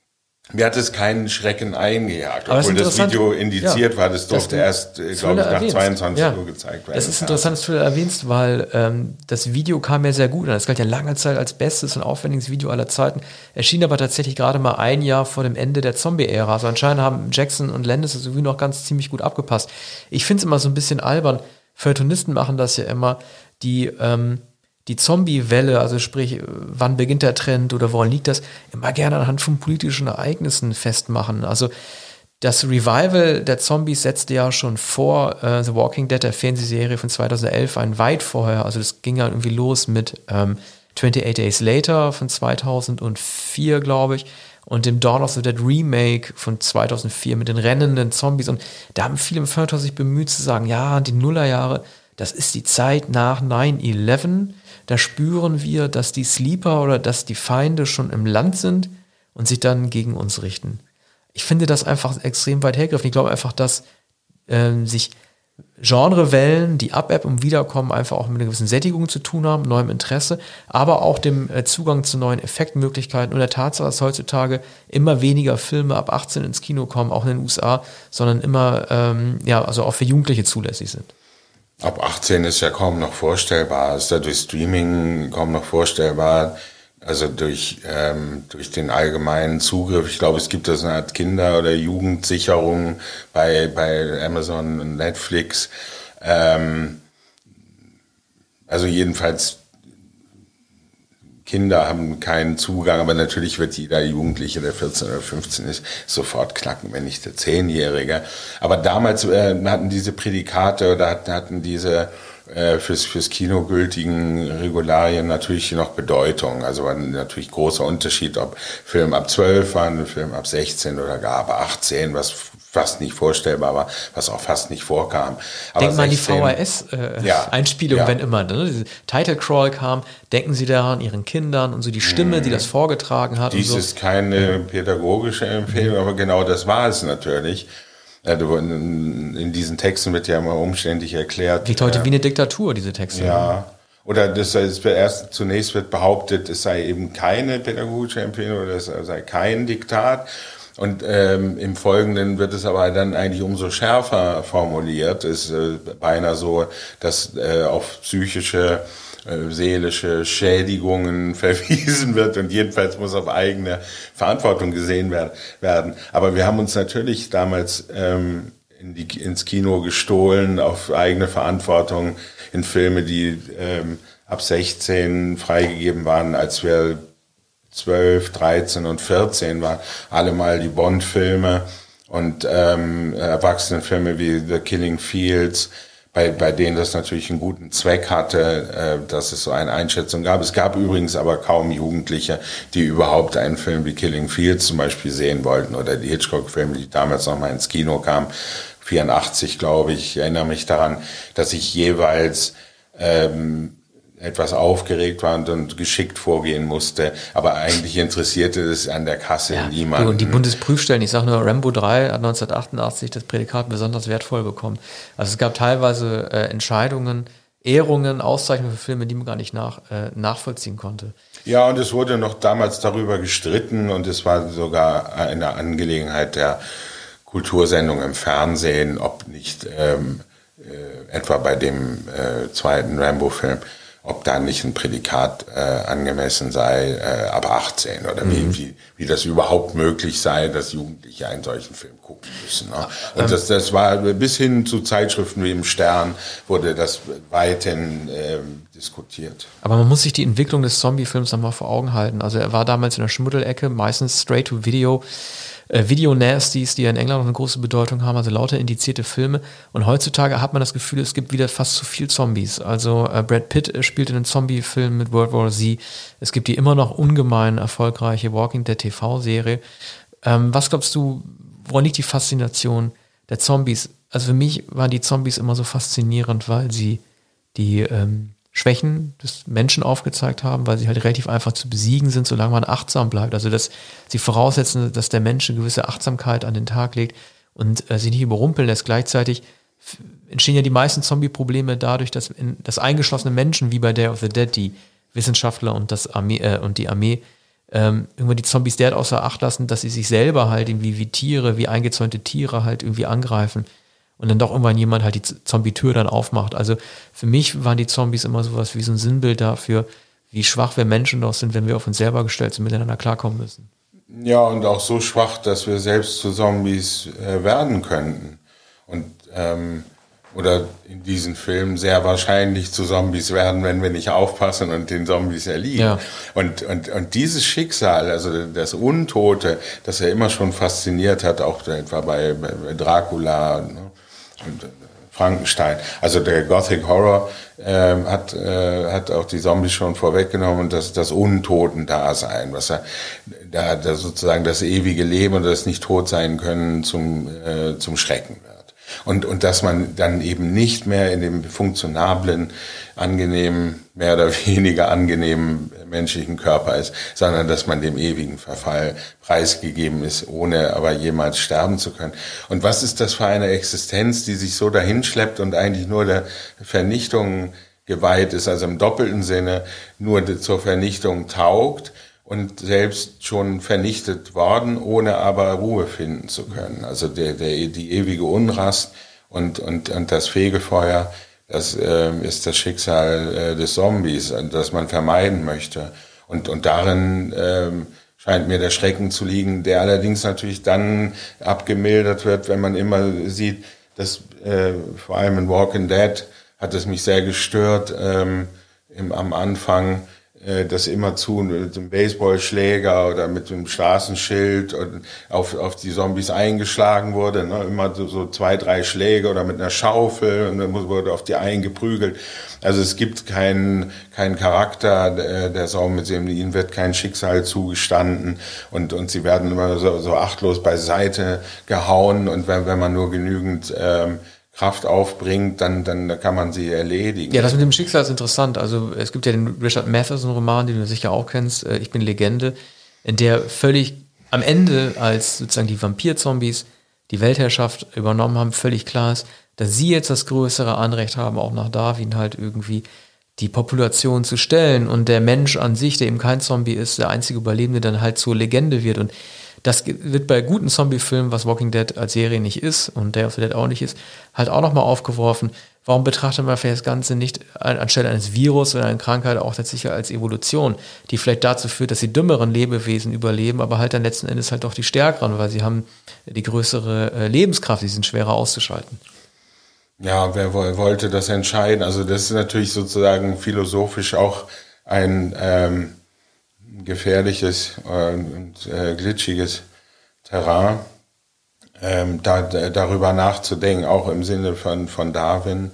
mir hat es keinen Schrecken eingejagt, aber obwohl das Video indiziert ja, war. Das durfte erst, glaube ich, nach erwähnst. zweiundzwanzig ja. Uhr gezeigt werden. Es ist interessant, dass du das erwähnst, weil ähm, das Video kam ja sehr gut an. Es galt ja lange Zeit als bestes und aufwendiges Video aller Zeiten. Erschien aber tatsächlich gerade mal ein Jahr vor dem Ende der Zombie-Ära. Also anscheinend haben Jackson und Landis das irgendwie noch ganz ziemlich gut abgepasst. Ich finde es immer so ein bisschen albern. Feuilletonisten machen das ja immer, die ähm, die Zombie-Welle, also sprich, wann beginnt der Trend oder woran liegt das, immer gerne anhand von politischen Ereignissen festmachen. Also das Revival der Zombies setzte ja schon vor äh, The Walking Dead, der Fernsehserie von zweitausendelf, ein weit vorher. Also das ging ja irgendwie los mit ähm, twenty-eight Days Later von zweitausendvier, glaube ich, und dem Dawn of the Dead Remake von zweitausendvier mit den rennenden Zombies. Und da haben viele im Feuilleton sich bemüht zu sagen, ja, die Nullerjahre, das ist die Zeit nach nine eleven. Da spüren wir, dass die Sleeper oder dass die Feinde schon im Land sind und sich dann gegen uns richten. Ich finde das einfach extrem weit hergegriffen. Ich glaube einfach, dass ähm, sich Genrewellen, die ab-ebben und wiederkommen, einfach auch mit einer gewissen Sättigung zu tun haben, neuem Interesse, aber auch dem äh, Zugang zu neuen Effektmöglichkeiten und der Tatsache, dass heutzutage immer weniger Filme ab achtzehn ins Kino kommen, auch in den U S A, sondern immer, ähm, ja, also auch für Jugendliche zulässig sind. Ab achtzehn ist ja kaum noch vorstellbar, ist ja durch Streaming kaum noch vorstellbar, also durch, ähm, durch den allgemeinen Zugriff. Ich glaube, es gibt da so eine Art Kinder- oder Jugendsicherung bei, bei Amazon und Netflix. Ähm, also jedenfalls Kinder haben keinen Zugang, aber natürlich wird jeder Jugendliche, der vierzehn oder fünfzehn ist, sofort knacken, wenn nicht der Zehnjährige. Aber damals äh, hatten diese Prädikate oder hatten, hatten diese äh, fürs, fürs Kino gültigen Regularien natürlich noch Bedeutung. Also war natürlich großer Unterschied, ob Film ab zwölf war, ein Film ab sechzehn oder gar ab achtzehn, was fast nicht vorstellbar war, was auch fast nicht vorkam. Aber Denk mal an die V H S-Einspielung, äh, ja, ja. Wenn immer ne, diese Title Crawl kam, denken Sie daran, Ihren Kindern und so die Stimme, die das vorgetragen hat. Dies und so. ist keine pädagogische Empfehlung, aber genau das war es natürlich. In diesen Texten wird ja immer umständlich erklärt. Liegt heute äh, wie eine Diktatur, diese Texte. Ja. Oder das heißt, erst zunächst wird behauptet, es sei eben keine pädagogische Empfehlung oder es sei kein Diktat. Und ähm, im Folgenden wird es aber dann eigentlich umso schärfer formuliert. Es ist äh, beinahe so, dass äh, auf psychische, äh, seelische Schädigungen verwiesen wird und jedenfalls muss auf eigene Verantwortung gesehen werden. werden. Aber wir haben uns natürlich damals ähm, in die, ins Kino gestohlen, auf eigene Verantwortung in Filme, die ähm, ab sechzehn freigegeben waren, als wir zwölf, dreizehn und vierzehn waren alle mal die Bond-Filme und ähm, Erwachsenenfilme wie The Killing Fields, bei, bei denen das natürlich einen guten Zweck hatte, äh, dass es so eine Einschätzung gab. Es gab übrigens aber kaum Jugendliche, die überhaupt einen Film wie Killing Fields zum Beispiel sehen wollten oder die Hitchcock-Filme, die damals noch mal ins Kino kamen, vierundachtzig glaube ich, ich erinnere mich daran, dass ich jeweils ähm, etwas aufgeregt war und, und geschickt vorgehen musste, aber eigentlich interessierte es an der Kasse ja, niemanden. Und die Bundesprüfstellen, ich sage nur, Rambo drei hat neunzehnhundertachtundachtzig das Prädikat besonders wertvoll bekommen. Also es gab teilweise äh, Entscheidungen, Ehrungen, Auszeichnungen für Filme, die man gar nicht nach, äh, nachvollziehen konnte. Ja, und es wurde noch damals darüber gestritten und es war sogar eine Angelegenheit der Kultursendung im Fernsehen, ob nicht ähm, äh, etwa bei dem äh, zweiten Rambo-Film, ob da nicht ein Prädikat äh, angemessen sei, äh, ab achtzehn oder mhm. wie, wie, wie das überhaupt möglich sei, dass Jugendliche einen solchen Film gucken müssen. Ne? Und ähm. das, das war bis hin zu Zeitschriften wie im Stern wurde das weithin äh, diskutiert. Aber man muss sich die Entwicklung des Zombie-Films nochmal vor Augen halten. Also er war damals in der Schmuddelecke, meistens Straight-to-Video, Äh, Video-Nasties, die ja in England noch eine große Bedeutung haben, also lauter indizierte Filme. Und heutzutage hat man das Gefühl, es gibt wieder fast zu viel Zombies. Also äh, Brad Pitt spielt in einem Zombie-Film mit World War Z. Es gibt die immer noch ungemein erfolgreiche Walking Dead T V-Serie. Ähm, was glaubst du, woran liegt die Faszination der Zombies? Also für mich waren die Zombies immer so faszinierend, weil sie die ähm, Schwächen des Menschen aufgezeigt haben, weil sie halt relativ einfach zu besiegen sind, solange man achtsam bleibt. Also dass sie voraussetzen, dass der Mensch eine gewisse Achtsamkeit an den Tag legt und äh, sich nicht überrumpeln lässt. Gleichzeitig f- entstehen ja die meisten Zombie-Probleme dadurch, dass in, dass eingeschlossene Menschen, wie bei Day of the Dead, die Wissenschaftler und, das Armee, äh, und die Armee, ähm, irgendwann die Zombies derart außer Acht lassen, dass sie sich selber halt irgendwie wie Tiere, wie eingezäunte Tiere halt irgendwie angreifen. Und dann doch irgendwann jemand halt die Zombie-Tür dann aufmacht. Also für mich waren die Zombies immer sowas wie so ein Sinnbild dafür, wie schwach wir Menschen doch sind, wenn wir auf uns selber gestellt sind, miteinander klarkommen müssen. Ja, und auch so schwach, dass wir selbst zu Zombies äh, werden könnten. Und ähm, oder in diesen Filmen sehr wahrscheinlich zu Zombies werden, wenn wir nicht aufpassen und den Zombies erliegen. Ja. Und, und, und dieses Schicksal, also das Untote, das er immer schon fasziniert hat, auch etwa bei, bei Dracula, ne, und Frankenstein. Also der Gothic Horror äh, hat, äh, hat auch die Zombies schon vorweggenommen, dass das Untoten-Dasein, was er da, da sozusagen das ewige Leben und das nicht tot sein können zum, äh, zum Schrecken wird. Und, und dass man dann eben nicht mehr in dem funktionablen, angenehmen, mehr oder weniger angenehmen menschlichen Körper ist, sondern dass man dem ewigen Verfall preisgegeben ist, ohne aber jemals sterben zu können. Und was ist das für eine Existenz, die sich so dahinschleppt und eigentlich nur der Vernichtung geweiht ist, also im doppelten Sinne nur zur Vernichtung taugt und selbst schon vernichtet worden, ohne aber Ruhe finden zu können. Also der, der, die ewige Unrast und, und, und das Fegefeuer, das äh, ist das Schicksal äh, des Zombies, das man vermeiden möchte. Und, und darin äh, scheint mir der Schrecken zu liegen, der allerdings natürlich dann abgemildert wird, wenn man immer sieht, dass äh, vor allem in Walking Dead hat es mich sehr gestört, ähm, im, am Anfang, dass immer zu mit einem Baseballschläger oder mit einem Straßenschild auf, auf die Zombies eingeschlagen wurde, ne? Immer so, so zwei, drei Schläge oder mit einer Schaufel und dann wurde auf die eingeprügelt. Also es gibt keinen keinen Charakter der, der Zombies, ihnen wird kein Schicksal zugestanden und und sie werden immer so, so achtlos beiseite gehauen und wenn, wenn man nur genügend ähm, Kraft aufbringt, dann, dann kann man sie erledigen. Ja, das mit dem Schicksal ist interessant. Also es gibt ja den Richard Matheson-Roman, den du sicher auch kennst, Ich bin Legende, in der völlig am Ende, als sozusagen die Vampir-Zombies die Weltherrschaft übernommen haben, völlig klar ist, dass sie jetzt das größere Anrecht haben, auch nach Darwin halt irgendwie die Population zu stellen und der Mensch an sich, der eben kein Zombie ist, der einzige Überlebende, dann halt zur Legende wird. Und das wird bei guten Zombie-Filmen, was Walking Dead als Serie nicht ist und Day of the Dead auch nicht ist, halt auch nochmal aufgeworfen. Warum betrachtet man vielleicht das Ganze nicht anstelle eines Virus oder einer Krankheit auch tatsächlich als Evolution, die vielleicht dazu führt, dass die dümmeren Lebewesen überleben, aber halt dann letzten Endes halt doch die stärkeren, weil sie haben die größere Lebenskraft, die sind schwerer auszuschalten. Ja, wer wollte das entscheiden? Also das ist natürlich sozusagen philosophisch auch ein ähm, gefährliches und äh, glitschiges Terrain, ähm, da, da, darüber nachzudenken, auch im Sinne von, von Darwin.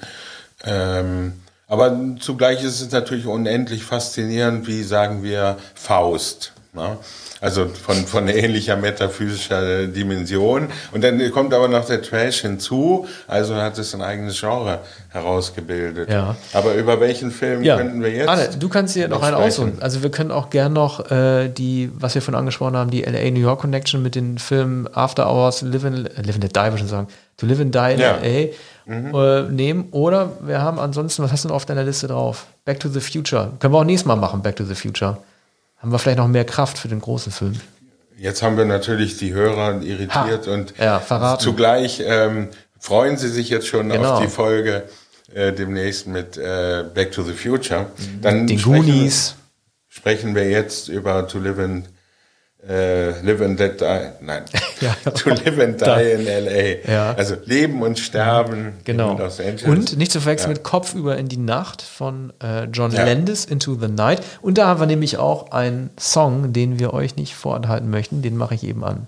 Ähm, aber zugleich ist es natürlich unendlich faszinierend, wie sagen wir Faust. Ne? Also von, von ähnlicher metaphysischer Dimension. Und dann kommt aber noch der Trash hinzu, also hat es ein eigenes Genre herausgebildet. Ja. Aber über welchen Film ja. könnten wir jetzt? Anne, du kannst hier noch einen aussuchen. Also wir können auch gern noch äh, die, was wir vorhin angesprochen haben, die L A New York Connection mit den Filmen After Hours, Live and, Live and Die, würde ich schon sagen, To Live and Die in ja. L A mhm. äh, nehmen. Oder wir haben ansonsten, was hast du noch auf deiner Liste drauf? Back to the Future. Können wir auch nächstes Mal machen, Back to the Future. Haben wir vielleicht noch mehr Kraft für den großen Film. Jetzt haben wir natürlich die Hörer irritiert ha, und ja, verraten. Zugleich ähm, freuen sie sich jetzt schon genau. auf die Folge äh, demnächst mit äh, Back to the Future. Dann den sprechen, Goonies. Sprechen wir jetzt über To Live and äh, Live and Let Die. Nein, ja, To Live and Die in L A. Ja. Also Leben und Sterben genau. in Los Angeles. Und nicht zu verwechseln ja. mit Kopfüber in die Nacht von äh, John ja. Landis, Into the Night. Und da haben wir nämlich auch einen Song, den wir euch nicht vorenthalten möchten. Den mache ich eben an.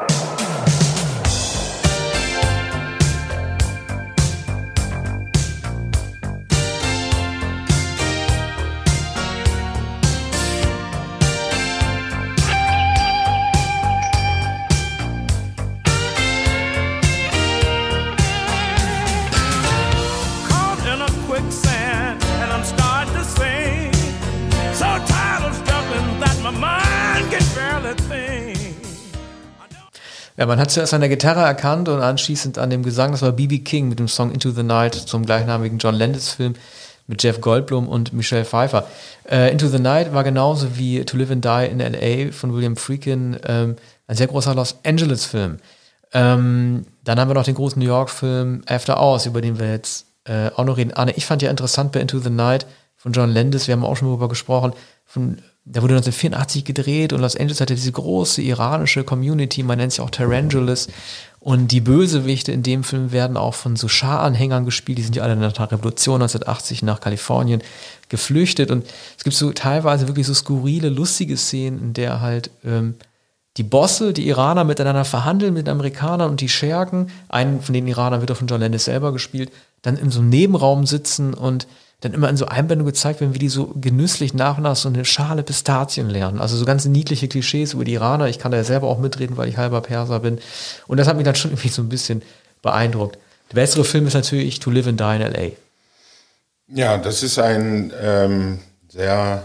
Ja, man hat zuerst an der Gitarre erkannt und anschließend an dem Gesang, das war B B King mit dem Song Into the Night zum gleichnamigen John Landis-Film mit Jeff Goldblum und Michelle Pfeiffer. Äh, Into the Night war genauso wie To Live and Die in L A von William Friedkin ähm, ein sehr großer Los Angeles-Film. Ähm, dann haben wir noch den großen New York-Film After Hours, über den wir jetzt äh, auch noch reden. Arne, ich fand ja interessant bei Into the Night von John Landis, wir haben auch schon darüber gesprochen, von der wurde neunzehnhundertvierundachtzig gedreht und Los Angeles hatte diese große iranische Community, man nennt sie auch Tarantulas. Und die Bösewichte in dem Film werden auch von so Schah-Anhängern gespielt. Die sind ja alle nach der Revolution neunzehnhundertachtzig nach Kalifornien geflüchtet. Und es gibt so teilweise wirklich so skurrile, lustige Szenen, in der halt ähm, die Bosse, die Iraner miteinander verhandeln mit den Amerikanern und die Schergen, einen von den Iranern wird auch von John Landis selber gespielt, dann in so einem Nebenraum sitzen und dann immer in so Einblendungen gezeigt werden, wie die so genüsslich nach und nach so eine Schale Pistazien lernen. Also so ganz niedliche Klischees über die Iraner. Ich kann da ja selber auch mitreden, weil ich halber Perser bin. Und das hat mich dann schon irgendwie so ein bisschen beeindruckt. Der bessere Film ist natürlich To Live and Die in L A. Ja, das ist ein ähm, sehr,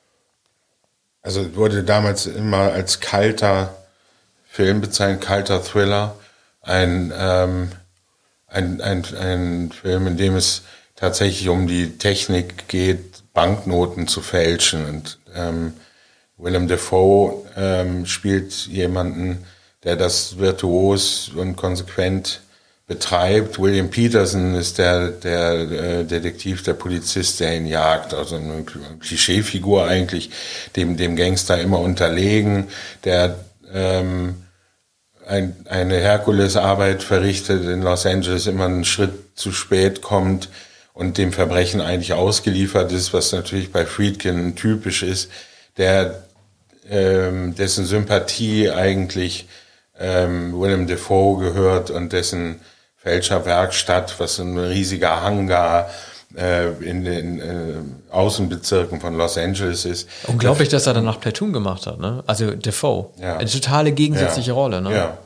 also wurde damals immer als kalter Film bezeichnet, kalter Thriller. Ein, ähm, ein, ein, ein Film, in dem es tatsächlich um die Technik geht, Banknoten zu fälschen. Und ähm, Willem Dafoe ähm, spielt jemanden, der das virtuos und konsequent betreibt. William Peterson ist der, der äh, Detektiv, der Polizist, der ihn jagt. Also eine Klischeefigur eigentlich, dem, dem Gangster immer unterlegen, der ähm, ein, eine Herkulesarbeit verrichtet, in Los Angeles immer einen Schritt zu spät kommt und dem Verbrechen eigentlich ausgeliefert ist, was natürlich bei Friedkin typisch ist, der ähm, dessen Sympathie eigentlich ähm, Willem Dafoe gehört und dessen Fälscherwerkstatt, was ein riesiger Hangar äh, in den äh, Außenbezirken von Los Angeles ist. Unglaublich, dass er danach Platoon gemacht hat, ne? Also Dafoe. Ja. Eine totale gegensätzliche ja. Rolle, ne? Ja.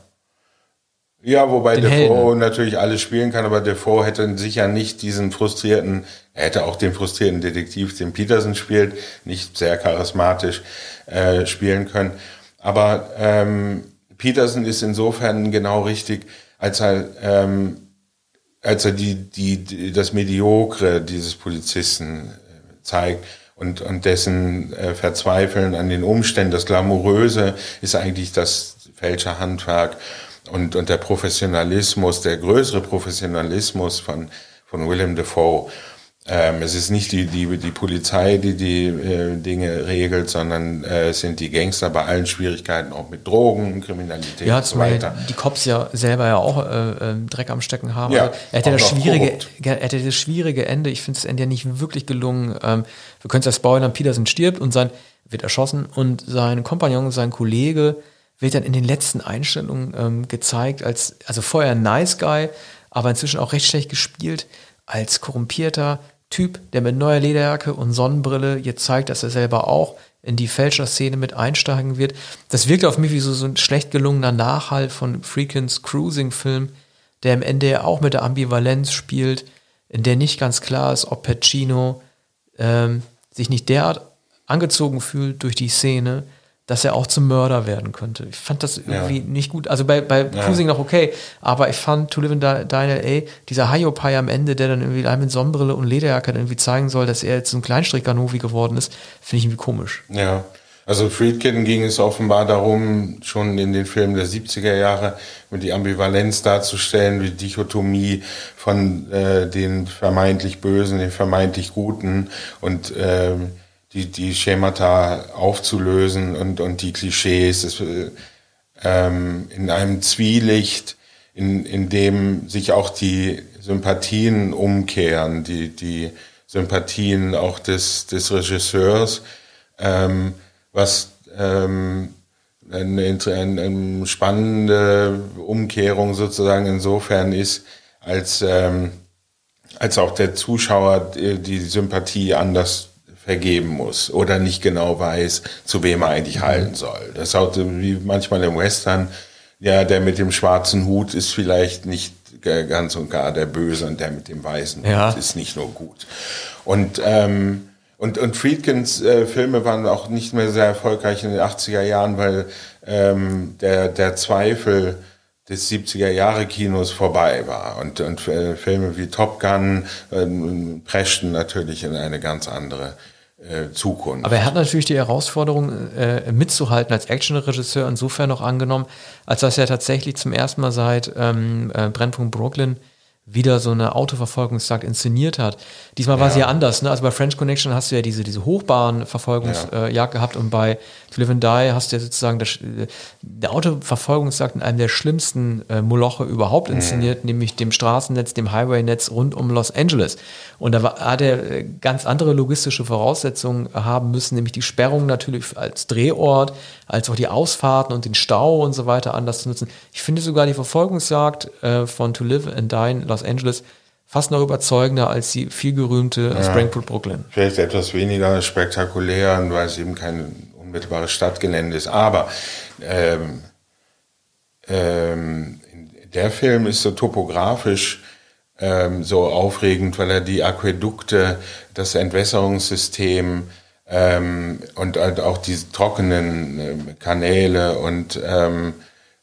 Ja, wobei Den Dafoe Helden. natürlich alles spielen kann, aber Dafoe hätte sicher nicht diesen frustrierten, er hätte auch den frustrierten Detektiv, den Peterson spielt, nicht sehr charismatisch äh, spielen können. Aber ähm, Peterson ist insofern genau richtig, als er, ähm, als er die, die, die, das Mediokre dieses Polizisten äh, zeigt und, und dessen äh, Verzweifeln an den Umständen, das Glamouröse ist eigentlich das Fälscherhandwerk. Und, und der Professionalismus, der größere Professionalismus von, von Willem Dafoe. Ähm, es ist nicht die, die, die Polizei, die die äh, Dinge regelt, sondern äh, es sind die Gangster bei allen Schwierigkeiten, auch mit Drogen, Kriminalität Ja, und so zumal weiter. die Cops ja selber ja auch äh, äh, Dreck am Stecken haben. Ja, also, er hätte auch das noch schwierige, korrupt. er hätte das schwierige Ende. Ich finde das Ende ja nicht wirklich gelungen. Ähm, wir können es ja spoilern, Peterson stirbt und sein, wird erschossen und sein Kompagnon, sein Kollege wird dann in den letzten Einstellungen ähm, gezeigt als, also vorher ein Nice Guy, aber inzwischen auch recht schlecht gespielt, als korrumpierter Typ, der mit neuer Lederjacke und Sonnenbrille jetzt zeigt, dass er selber auch in die Fälscherszene mit einsteigen wird. Das wirkt auf mich wie so, so ein schlecht gelungener Nachhall von Friedkins Cruising-Film, der am Ende ja auch mit der Ambivalenz spielt, in der nicht ganz klar ist, ob Pacino ähm, sich nicht derart angezogen fühlt durch die Szene, dass er auch zum Mörder werden könnte. Ich fand das irgendwie ja. nicht gut. Also bei, bei Ja. Cruising noch okay, aber ich fand To Live in Die in L A, dieser Hayopai am Ende, der dann irgendwie allein mit Sonnenbrille und Lederjacke dann irgendwie zeigen soll, dass er jetzt so ein Kleinstrich-Ganovi geworden ist, finde ich irgendwie komisch. Ja, also Friedkin ging es offenbar darum, schon in den Filmen der siebziger Jahre mit die Ambivalenz darzustellen, die Dichotomie von äh, den vermeintlich Bösen, den vermeintlich Guten und ähm, die, die Schemata aufzulösen und, und die Klischees das, ähm, in einem Zwielicht, in, in dem sich auch die Sympathien umkehren, die, die Sympathien auch des, des Regisseurs, ähm, was ähm, eine, eine, eine spannende Umkehrung sozusagen insofern ist, als, ähm, als auch der Zuschauer die, die Sympathie anders vergeben muss oder nicht genau weiß, zu wem er eigentlich mhm. halten soll. Das ist auch wie manchmal im Western, ja, der mit dem schwarzen Hut ist vielleicht nicht ganz und gar der Böse und der mit dem weißen ja. Hut ist nicht nur gut. Und, ähm, und, und Friedkins äh, Filme waren auch nicht mehr sehr erfolgreich in den achtziger Jahren, weil ähm, der, der Zweifel des siebziger-Jahre-Kinos vorbei war. Und, und äh, Filme wie Top Gun äh, preschten natürlich in eine ganz andere äh, Zukunft. Aber er hat natürlich die Herausforderung, äh, mitzuhalten als Actionregisseur insofern noch angenommen, als dass er tatsächlich zum ersten Mal seit ähm, äh, Brennpunkt Brooklyn wieder so eine Autoverfolgungsjagd inszeniert hat. Diesmal war Ja. sie ja anders, ne? Also bei French Connection hast du ja diese, diese Hochbahnverfolgungsjagd Ja. äh, gehabt und bei To Live and Die hast du ja sozusagen das, äh, der Autoverfolgungsjagd in einem der schlimmsten äh, Moloche überhaupt inszeniert, mhm. nämlich dem Straßennetz, dem Highway-Netz rund um Los Angeles. Und da war, hat er äh, ganz andere logistische Voraussetzungen haben müssen, nämlich die Sperrung natürlich als Drehort, als auch die Ausfahrten und den Stau und so weiter anders zu nutzen. Ich finde sogar die Verfolgungsjagd äh, von To Live and Die in Los Angeles fast noch überzeugender als die vielgerühmte Ja. Springfield Brooklyn. Vielleicht etwas weniger spektakulär, weil es eben kein unmittelbares Stadtgelände ist. Aber ähm, ähm, der Film ist so topografisch ähm, so aufregend, weil er die Aquädukte, das Entwässerungssystem ähm, und halt auch diese trockenen äh, Kanäle und ähm,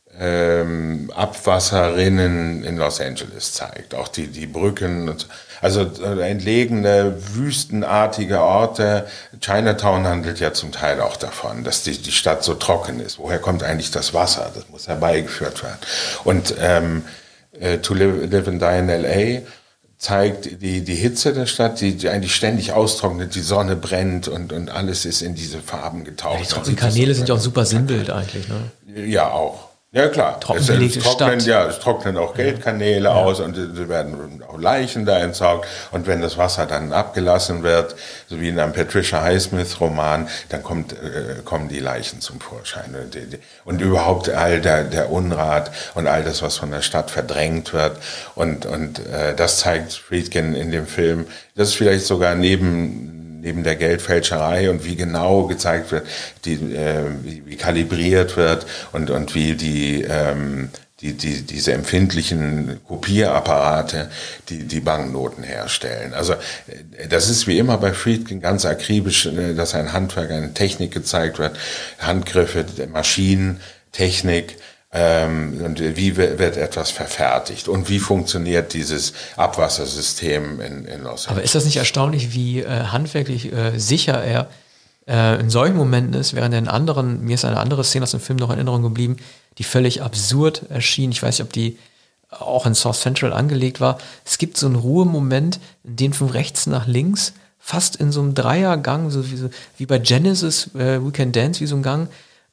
ähm, Abwasserrinnen in Los Angeles zeigt. Auch die, die Brücken, und, also äh, entlegene, wüstenartige Orte. Chinatown handelt ja zum Teil auch davon, dass die, die Stadt so trocken ist. Woher kommt eigentlich das Wasser? Das muss herbeigeführt werden. Und ähm, äh, To Live, Live and Die in L A zeigt die, die Hitze der Stadt, die, die eigentlich ständig austrocknet, die Sonne brennt und, und alles ist in diese Farben getaucht. Ja, die trockenen Kanäle sind ja auch ein super Sinnbild eigentlich, ne? Ja, auch. Ja, klar. Trockengelegte es, es trocknen, Stadt. Ja, es trocknen auch Geldkanäle ja. aus und es werden auch Leichen da entsorgt. Und wenn das Wasser dann abgelassen wird, so wie in einem Patricia Highsmith-Roman, dann kommt, äh, kommen die Leichen zum Vorschein. Und, die, und überhaupt all der, der Unrat und all das, was von der Stadt verdrängt wird. Und, und äh, das zeigt Friedkin in dem Film. Das ist vielleicht sogar neben neben der Geldfälscherei und wie genau gezeigt wird, die, äh, wie, wie kalibriert wird und, und wie die, ähm, die, die, diese empfindlichen Kopierapparate, die, die Banknoten herstellen. Also, das ist wie immer bei Friedkin ganz akribisch, dass ein Handwerk, eine Technik gezeigt wird, Handgriffe, Maschinen, Technik, Ähm, und wie wird etwas verfertigt und wie funktioniert dieses Abwassersystem in, in Los Angeles. Aber ist das nicht erstaunlich, wie äh, handwerklich äh, sicher er äh, in solchen Momenten ist, während er in anderen, mir ist eine andere Szene aus dem Film noch in Erinnerung geblieben, die völlig absurd erschien. Ich weiß nicht, ob die auch in South Central angelegt war. Es gibt so einen Ruhemoment, in dem von rechts nach links, fast in so einem Dreiergang, so wie, so, wie bei Genesis, äh, We Can Dance, wie so ein Gang,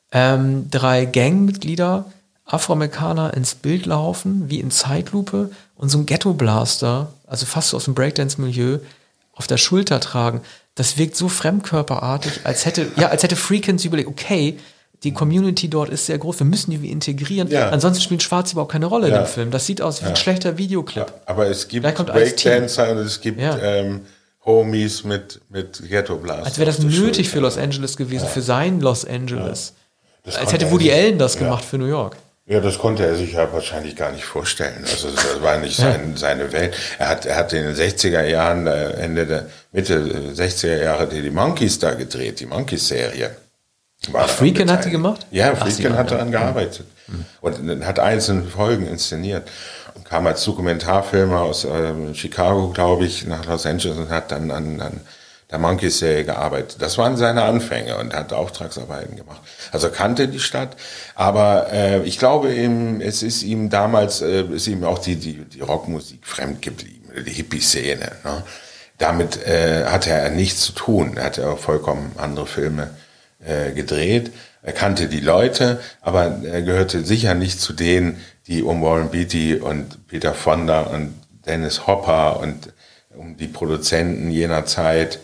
ähm, drei Gangmitglieder, Afroamerikaner ins Bild laufen, wie in Zeitlupe und so ein Ghetto-Blaster, also fast so aus dem Breakdance-Milieu, auf der Schulter tragen. Das wirkt so fremdkörperartig, als hätte, ja, als hätte Friedkin sich überlegt, okay, die Community dort ist sehr groß, wir müssen die integrieren. Ja. Ansonsten spielt Schwarz überhaupt keine Rolle ja. in dem Film. Das sieht aus wie ja. ein schlechter Videoclip. Ja, aber es gibt Breakdancer und es gibt ja. ähm, Homies mit, mit Ghetto-Blaster. Als wäre das nötig Schulter. für Los Angeles gewesen, ja. für sein Los Angeles. Ja. Als hätte Woody sich, Allen das ja. gemacht für New York. Ja, das konnte er sich ja wahrscheinlich gar nicht vorstellen. Also das war nicht sein, seine Welt. Er hat, er hat in den sechziger Jahren, Ende der Mitte sechziger Jahre die Monkeys da gedreht, die Monkeys-Serie. Ach, Friedkin hat die gemacht? Ja, Friedkin hat daran ja. gearbeitet. Mhm. Und hat einzelne Folgen inszeniert. Und kam als Dokumentarfilmer aus äh, Chicago, glaube ich, nach Los Angeles und hat dann an, an der Monkeys-Serie gearbeitet. Das waren seine Anfänge und hat Auftragsarbeiten gemacht. Also kannte die Stadt, aber äh, ich glaube, ihm, es ist ihm damals, äh, ist ihm auch die, die, die Rockmusik fremd geblieben, die Hippie-Szene. Ne? Damit äh, hatte er nichts zu tun. Er hatte auch vollkommen andere Filme äh, gedreht. Er kannte die Leute, aber er gehörte sicher nicht zu denen, die um Warren Beatty und Peter Fonda und Dennis Hopper und um die Produzenten jener Zeit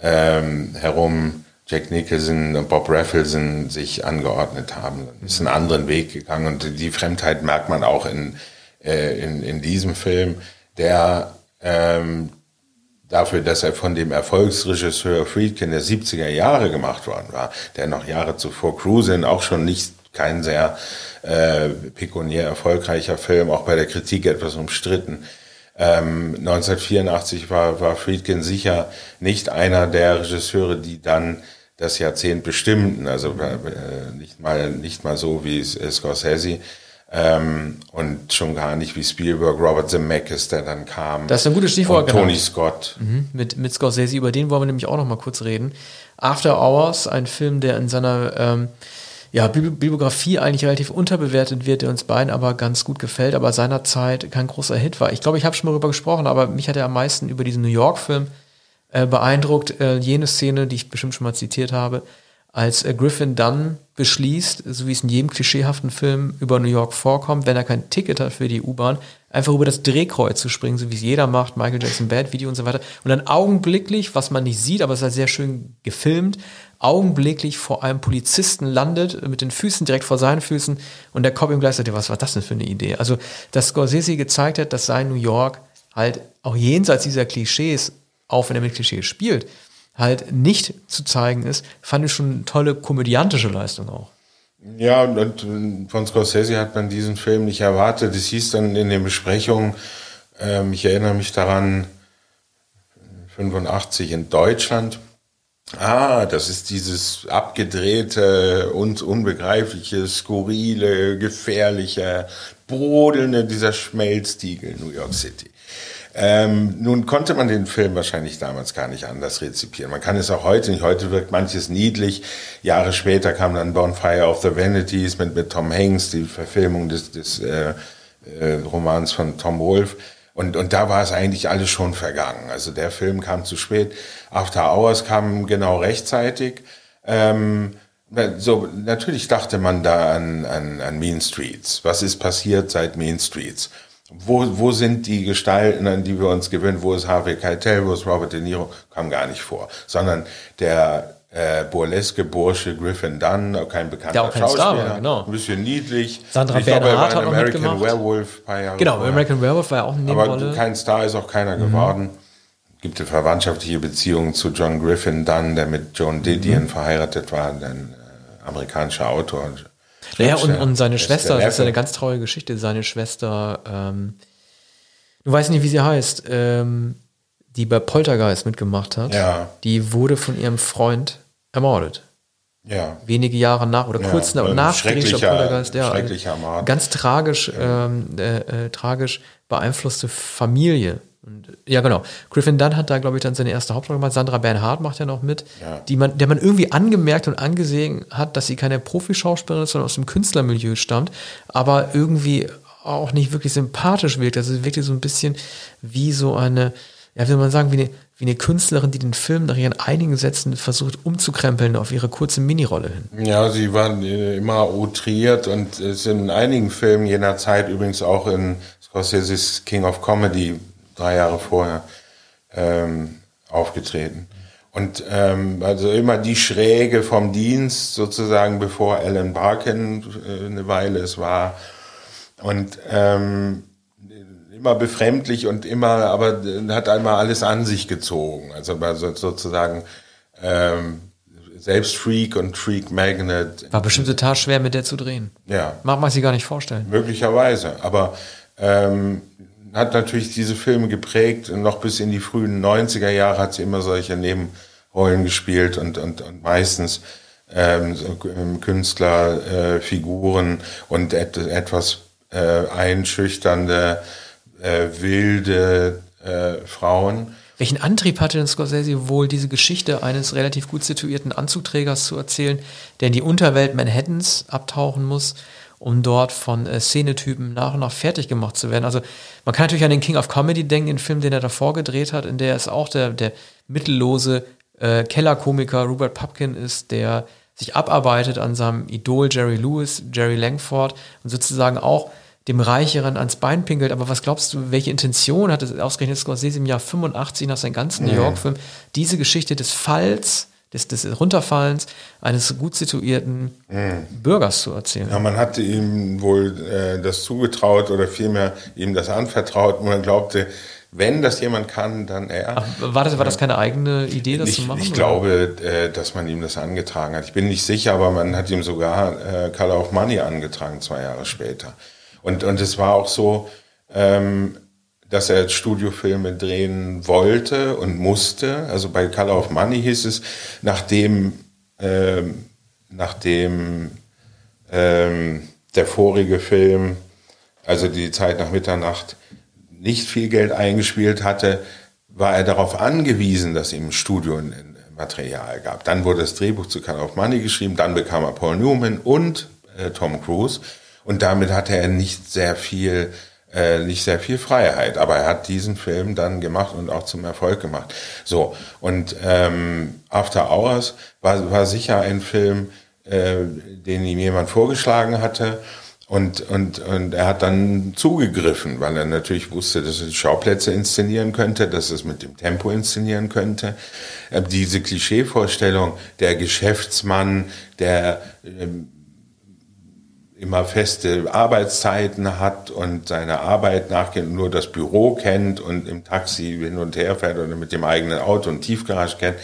ähm, herum, Jack Nicholson und Bob Raffleson, sich angeordnet haben. Ist einen anderen Weg gegangen und die Fremdheit merkt man auch in, äh, in, in diesem Film, der ähm, dafür, dass er von dem Erfolgsregisseur Friedkin der siebziger Jahre gemacht worden war, der noch Jahre zuvor Cruisin' auch schon nicht kein sehr äh, pekuniär erfolgreicher Film, auch bei der Kritik etwas umstritten. Ähm, neunzehnhundertvierundachtzig war, war Friedkin sicher nicht einer der Regisseure, die dann das Jahrzehnt bestimmten, also äh, nicht mal nicht mal so wie Scorsese ähm, und schon gar nicht wie Spielberg, Robert Zemeckis, der dann kam. Das ist ein gutes Stichwort. Und Tony Scott. Mhm, mit, mit Scorsese, über den wollen wir nämlich auch noch mal kurz reden. After Hours, ein Film, der in seiner ähm, ja, Bibliografie eigentlich relativ unterbewertet wird, der uns beiden aber ganz gut gefällt, aber seinerzeit kein großer Hit war. Ich glaube, ich habe schon mal darüber gesprochen, aber mich hat er am meisten über diesen New York-Film äh, beeindruckt, äh, jene Szene, die ich bestimmt schon mal zitiert habe, als äh, Griffin Dunn beschließt, so wie es in jedem klischeehaften Film über New York vorkommt, wenn er kein Ticket hat für die U-Bahn, einfach über das Drehkreuz zu springen, so wie es jeder macht, Michael Jackson Bad Video und so weiter, und dann augenblicklich, was man nicht sieht, aber es ist halt sehr schön gefilmt, augenblicklich vor einem Polizisten landet, mit den Füßen direkt vor seinen Füßen, und der Cop ihm gleich sagt, was war das denn für eine Idee? Also, dass Scorsese gezeigt hat, dass sein New York halt auch jenseits dieser Klischees, auch wenn er mit Klischees spielt, halt nicht zu zeigen ist, fand ich schon eine tolle komödiantische Leistung auch. Ja, und von Scorsese hat man diesen Film nicht erwartet. Es hieß dann in den Besprechungen, ähm, ich erinnere mich daran, fünfundachtzig in Deutschland, ah, das ist dieses abgedrehte, uns unbegreifliche, skurrile, gefährliche, brodelnde, dieser Schmelztiegel New York City. Ähm, nun konnte man den Film wahrscheinlich damals gar nicht anders rezipieren. Man kann es auch heute nicht. Heute wirkt manches niedlich. Jahre später kam dann Bonfire of the Vanities mit, mit Tom Hanks, die Verfilmung des, des äh, äh, Romans von Tom Wolfe. Und, und da war es eigentlich alles schon vergangen. Also der Film kam zu spät. After Hours kam genau rechtzeitig. Ähm, so, natürlich dachte man da an, an, an Mean Streets. Was ist passiert seit Mean Streets? Wo, wo sind die Gestalten, an die wir uns gewöhnen? Wo ist Harvey Keitel? Wo ist Robert De Niro? Kam gar nicht vor. Sondern der äh, burleske Bursche Griffin Dunn, kein bekannter kein Schauspieler, Star war, genau. ein bisschen niedlich. Sandra ich glaube, er war Bernhardt in hat noch American mitgemacht. Werewolf ein paar Jahre Genau, vorher. American Werewolf war ja auch eine Nebenrolle. Aber kein Star ist auch keiner mhm. geworden. Gibt eine verwandtschaftliche Beziehung zu John Griffin Dunn, der mit Joan Didion mhm. verheiratet war, ein äh, amerikanischer Autor. Naja, und, und seine Schwester, das ist eine ganz traurige Geschichte, seine Schwester, ähm, du weißt nicht, wie sie heißt, ähm, die bei Poltergeist mitgemacht hat, ja. die wurde von ihrem Freund ermordet. Ja. Wenige Jahre nach oder kurz ja, nach, nach schrecklicher, Poltergeist. Ja, schrecklicher Mord. Ganz tragisch, ja. ähm, äh, äh, tragisch beeinflusste Familie. Und, ja, genau. Griffin Dunn hat da, glaube ich, dann seine erste Hauptrolle gemacht. Sandra Bernhardt macht ja noch mit, ja. die man, der man irgendwie angemerkt und angesehen hat, dass sie keine Profischauspielerin ist, sondern aus dem Künstlermilieu stammt, aber irgendwie auch nicht wirklich sympathisch wirkt. Also sie wirkte so ein bisschen wie so eine, ja, wie soll man sagen, wie eine, wie eine Künstlerin, die den Film nach ihren einigen Sätzen versucht umzukrempeln auf ihre kurze Minirolle hin. Ja, sie waren immer outriert und ist in einigen Filmen jener Zeit, übrigens auch in Scorsese's King of Comedy, drei Jahre vorher, ähm, aufgetreten. Und ähm, also immer die Schräge vom Dienst sozusagen, bevor Alan Barkin äh, eine Weile es war. Und ähm, immer befremdlich und immer, aber hat einmal alles an sich gezogen. Also, also sozusagen ähm, selbst Freak und Freak Magnet. War bestimmt total schwer, mit der zu drehen. Ja. Mag man sich gar nicht vorstellen. Möglicherweise. Aber ähm, hat natürlich diese Filme geprägt und noch bis in die frühen neunziger Jahre hat sie immer solche Nebenrollen gespielt und, und, und meistens ähm, so, ähm, Künstlerfiguren äh, und et, etwas äh, einschüchternde, äh, wilde äh, Frauen. Welchen Antrieb hatte denn Scorsese wohl, diese Geschichte eines relativ gut situierten Anzugträgers zu erzählen, der in die Unterwelt Manhattans abtauchen muss, um dort von äh, Szenetypen nach und nach fertig gemacht zu werden? Also man kann natürlich an den King of Comedy denken, den Film, den er davor gedreht hat, in der es auch der, der mittellose äh, Kellerkomiker Rupert Pupkin ist, der sich abarbeitet an seinem Idol Jerry Lewis, Jerry Langford, und sozusagen auch dem Reicheren ans Bein pinkelt. Aber was glaubst du, welche Intention hat es ausgerechnet Scorsese im Jahr fünfundachtzig nach seinem ganzen New York-Film, diese Geschichte des Falls, des, des Runterfallens eines gut situierten mhm. Bürgers zu erzählen? Ja, man hatte ihm wohl äh, das zugetraut oder vielmehr ihm das anvertraut, und man glaubte, wenn das jemand kann, dann er. Ach, war das, war das keine eigene Idee, das ich, zu machen? Ich oder? glaube, äh, dass man ihm das angetragen hat. Ich bin nicht sicher, aber man hat ihm sogar äh, Color of Money angetragen, zwei Jahre später. Und, und es war auch so, ähm, dass er Studiofilme drehen wollte und musste. Also bei Color of Money hieß es, nachdem, ähm, nachdem ähm, der vorige Film, also die Zeit nach Mitternacht, nicht viel Geld eingespielt hatte, war er darauf angewiesen, dass ihm ein Studio in, in Material gab. Dann wurde das Drehbuch zu Color of Money geschrieben, dann bekam er Paul Newman und äh, Tom Cruise und damit hatte er nicht sehr viel äh, nicht sehr viel Freiheit, aber er hat diesen Film dann gemacht und auch zum Erfolg gemacht. So, und ähm, After Hours war, war sicher ein Film, äh, den ihm jemand vorgeschlagen hatte. Und, und, und er hat dann zugegriffen, weil er natürlich wusste, dass er die Schauplätze inszenieren könnte, dass er es mit dem Tempo inszenieren könnte. Diese Klischeevorstellung, der Geschäftsmann, der ähm, immer feste Arbeitszeiten hat und seiner Arbeit nachgeht und nur das Büro kennt und im Taxi hin und her fährt oder mit dem eigenen Auto und Tiefgarage kennt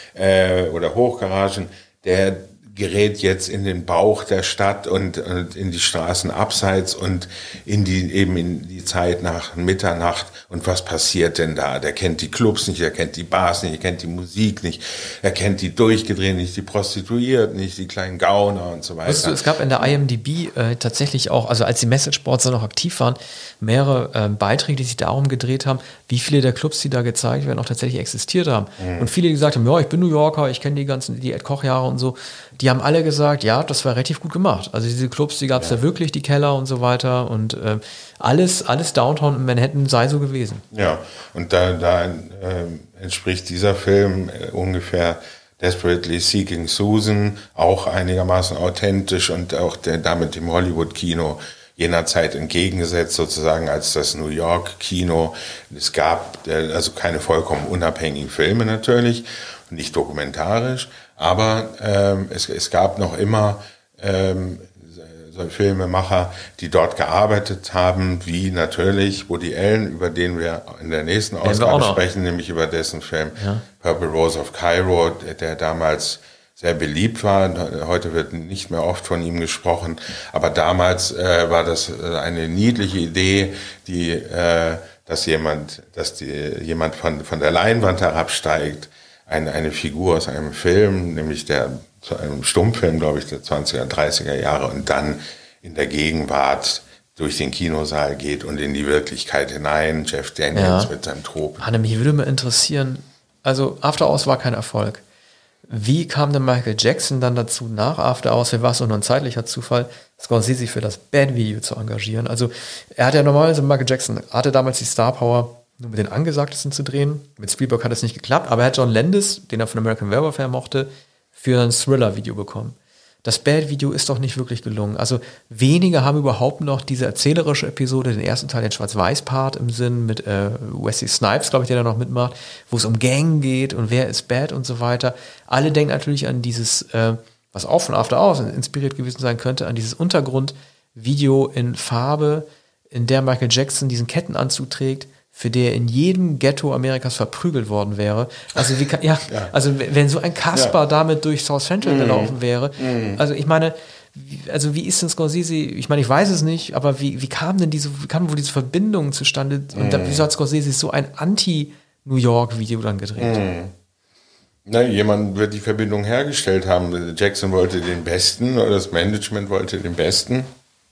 äh, oder Hochgaragen, der gerät jetzt in den Bauch der Stadt und, und in die Straßen abseits und in die eben in die Zeit nach Mitternacht. Und was passiert denn da? Der kennt die Clubs nicht, er kennt die Bars nicht, er kennt die Musik nicht, er kennt die Durchgedrehten nicht, die Prostituierten nicht, die kleinen Gauner und so weiter. Weißt du, es gab in der I M D B äh, tatsächlich auch, also als die Messageboards dann noch aktiv waren, mehrere äh, Beiträge, die sich darum gedreht haben, wie viele der Clubs, die da gezeigt werden, auch tatsächlich existiert haben. Mhm. Und viele, die gesagt haben, ja, ich bin New Yorker, ich kenne die ganzen, die Ed Koch-Jahre und so, die haben alle gesagt, ja, das war relativ gut gemacht. Also diese Clubs, die gab es ja. da wirklich, die Keller und so weiter und äh, alles, alles Downtown in Manhattan sei so gewesen. Ja, und da, da äh, entspricht dieser Film äh, ungefähr Desperately Seeking Susan, auch einigermaßen authentisch und auch der, damit dem Hollywood-Kino jener Zeit entgegengesetzt, sozusagen als das New York-Kino. Es gab äh, also keine vollkommen unabhängigen Filme natürlich, nicht dokumentarisch, aber ähm, es, es gab noch immer ähm, so Filmemacher, die dort gearbeitet haben, wie natürlich Woody Allen, über den wir in der nächsten Ausgabe sprechen, nämlich über dessen Film ja. Purple Rose of Cairo, der, der damals sehr beliebt war. Heute wird nicht mehr oft von ihm gesprochen, aber damals äh, war das eine niedliche Idee, die, äh, dass jemand, dass die, jemand von, von der Leinwand herabsteigt, eine, eine Figur aus einem Film, nämlich der, zu einem Stummfilm, glaube ich, der zwanziger, dreißiger Jahre und dann in der Gegenwart durch den Kinosaal geht und in die Wirklichkeit hinein. Jeff Daniels ja. mit seinem Trop. Hanne, mich würde mal interessieren, also After Hours war kein Erfolg. Wie kam denn Michael Jackson dann dazu, nach After Hours, wer war es nur ein zeitlicher Zufall, Scorsese für das Bad Video zu engagieren? Also er hat ja normalerweise, Michael Jackson hatte damals die Star Power, nur mit den Angesagtesten zu drehen. Mit Spielberg hat es nicht geklappt, aber er hat John Landis, den er von American Werewolf her mochte, für ein Thriller-Video bekommen. Das Bad-Video ist doch nicht wirklich gelungen. Also wenige haben überhaupt noch diese erzählerische Episode, den ersten Teil, den Schwarz-Weiß-Part im Sinn mit äh, Wesley Snipes, glaube ich, der da noch mitmacht, wo es um Gang geht und wer ist bad und so weiter. Alle denken natürlich an dieses, äh, was auch von After Hours inspiriert gewesen sein könnte, an dieses Untergrundvideo in Farbe, in der Michael Jackson diesen Kettenanzug trägt, für der in jedem Ghetto Amerikas verprügelt worden wäre. Also wie kann, ja, ja. also wenn so ein Kasper ja. damit durch South Central mm. gelaufen wäre. Mm. Also ich meine, wie, also wie ist denn Scorsese, ich meine, ich weiß es nicht, aber wie, wie kam denn diese, wie kam wohl diese Verbindung zustande? Und mm. da, wieso hat Scorsese so ein Anti-New York-Video dann gedreht? Mm. Na, jemand wird die Verbindung hergestellt haben. Jackson wollte den Besten oder das Management wollte den Besten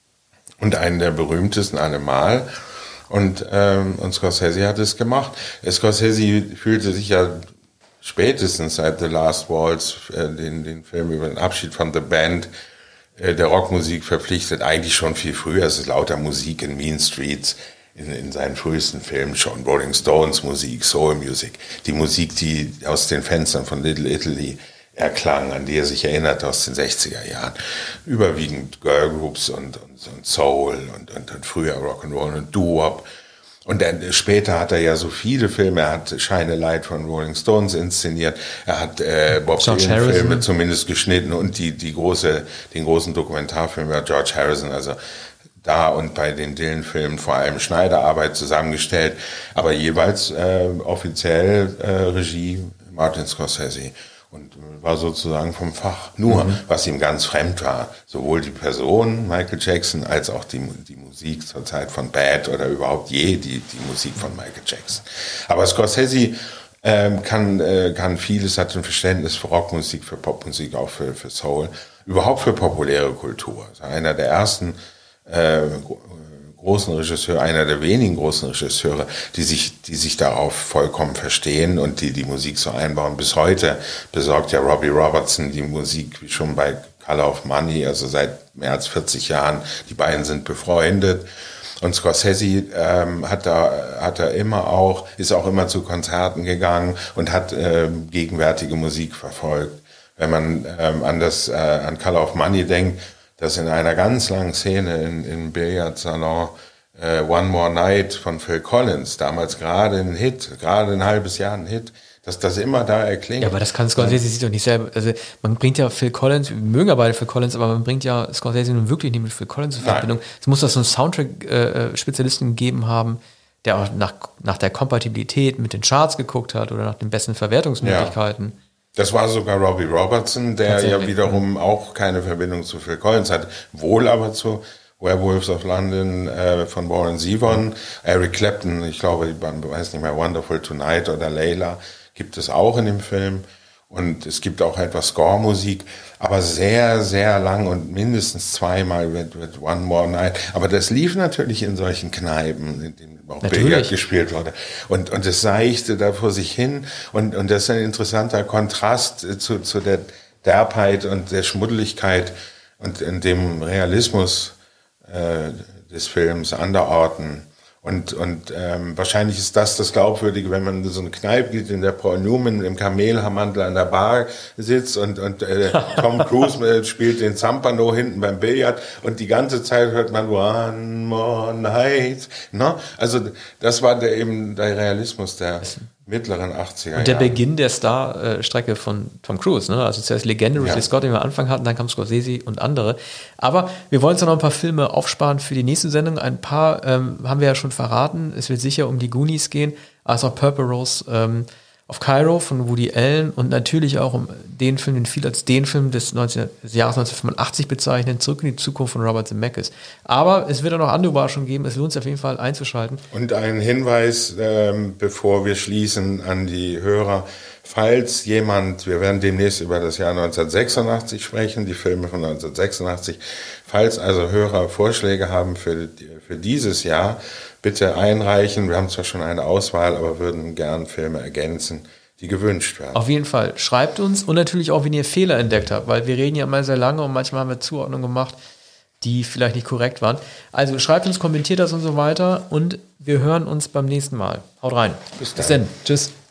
und einen der berühmtesten allemal. Und, ähm, und Scorsese hat es gemacht. Scorsese fühlte sich ja spätestens seit The Last Waltz, äh, den, den Film über den Abschied von The Band, äh, der Rockmusik verpflichtet, eigentlich schon viel früher. Es ist lauter Musik in Mean Streets, in, in seinen frühesten Filmen schon. Rolling Stones Musik, Soul Music, die Musik, die aus den Fenstern von Little Italy erklang, an die er sich erinnert aus den sechziger Jahren. Überwiegend Girlgroups und, und, und Soul und, und, und früher Rock'n'Roll und Doo-Wop. Und dann später hat er ja so viele Filme. Er hat Shine a Light von Rolling Stones inszeniert. Er hat äh, Bob Dylan Filme zumindest geschnitten und die, die große, den großen Dokumentarfilm über George Harrison. Also da und bei den Dylan-Filmen vor allem Schneiderarbeit zusammengestellt. Aber jeweils äh, offiziell äh, Regie Martin Scorsese. Und war sozusagen vom Fach. Nur, mhm. was ihm ganz fremd war, sowohl die Person Michael Jackson als auch die, die Musik zur Zeit von Bad oder überhaupt je die, die Musik von Michael Jackson. Aber Scorsese ähm, kann, äh, kann vieles, hat ein Verständnis für Rockmusik, für Popmusik, auch für, für Soul, überhaupt für populäre Kultur. Also einer der ersten äh, großen Regisseure, einer der wenigen großen Regisseure, die sich, die sich darauf vollkommen verstehen und die die Musik so einbauen. Bis heute besorgt ja Robbie Robertson die Musik, wie schon bei Color of Money, also seit mehr als vierzig Jahren. Die beiden sind befreundet. Und Scorsese ähm, hat da hat er immer auch, ist auch immer zu Konzerten gegangen und hat ähm, gegenwärtige Musik verfolgt. Wenn man ähm, an das äh, an Color of Money denkt, dass in einer ganz langen Szene in, im Billardsalon äh, One More Night von Phil Collins, damals gerade ein Hit, gerade ein halbes Jahr ein Hit, dass das immer da erklingt. Ja, aber das kann Scorsese sich doch nicht selber, also man bringt ja Phil Collins, wir mögen ja beide Phil Collins, aber man bringt ja Scorsese nun wirklich nicht mit Phil Collins in Verbindung. Es muss doch so einen Soundtrack-Spezialisten äh, gegeben haben, der auch nach, nach der Kompatibilität mit den Charts geguckt hat oder nach den besten Verwertungsmöglichkeiten. Ja. Das war sogar Robbie Robertson, der ja wiederum auch keine Verbindung zu Phil Collins hat, wohl aber zu Werewolves of London äh, von Warren Zevon. Eric Clapton, ich glaube, ich weiß nicht mehr, Wonderful Tonight oder Layla, gibt es auch in dem Film. Und es gibt auch etwas Score-Musik, aber sehr, sehr lang und mindestens zweimal wird, wird One More Night. Aber das lief natürlich in solchen Kneipen, in denen auch Billard gespielt wurde. Und, und es seichte da vor sich hin. Und, und das ist ein interessanter Kontrast zu, zu der Derbheit und der Schmuddeligkeit und in dem Realismus äh, des Films anderorten. Und, und ähm, wahrscheinlich ist das das Glaubwürdige, wenn man in so eine Kneipe geht, in der Paul Newman im Kamelhaarmantel an der Bar sitzt und, und äh, Tom Cruise spielt den Zampano hinten beim Billard und die ganze Zeit hört man One More Night. No? Also das war der, eben der Realismus der mittleren achtziger Jahre. Und der Beginn der Star-Strecke von Tom Cruise, ne? Also zuerst Legende, Ridley ja. Scott, den wir am Anfang hatten, dann kam Scorsese und andere. Aber wir wollen uns noch ein paar Filme aufsparen für die nächste Sendung. Ein paar ähm, haben wir ja schon verraten. Es wird sicher um die Goonies gehen, also Purple Rose ähm, of Cairo von Woody Allen und natürlich auch um den Film, den viele als den Film des, neunzehn, des Jahres neunzehnhundertfünfundachtzig bezeichnen, Zurück in die Zukunft von Robert Zemeckis. Aber es wird auch noch andere Überraschungen geben. Es lohnt sich auf jeden Fall einzuschalten. Und ein Hinweis, ähm, bevor wir schließen an die Hörer. Falls jemand, wir werden demnächst über das Jahr neunzehnhundertsechsundachtzig sprechen, die Filme von neunzehnhundertsechsundachtzig. Falls also Hörer Vorschläge haben für, für dieses Jahr, bitte einreichen. Wir haben zwar schon eine Auswahl, aber würden gern Filme ergänzen, die gewünscht werden. Auf jeden Fall. Schreibt uns und natürlich auch, wenn ihr Fehler entdeckt habt, weil wir reden ja mal sehr lange und manchmal haben wir Zuordnungen gemacht, die vielleicht nicht korrekt waren. Also schreibt uns, kommentiert das und so weiter und wir hören uns beim nächsten Mal. Haut rein. Bis dann. Bis dann. Tschüss.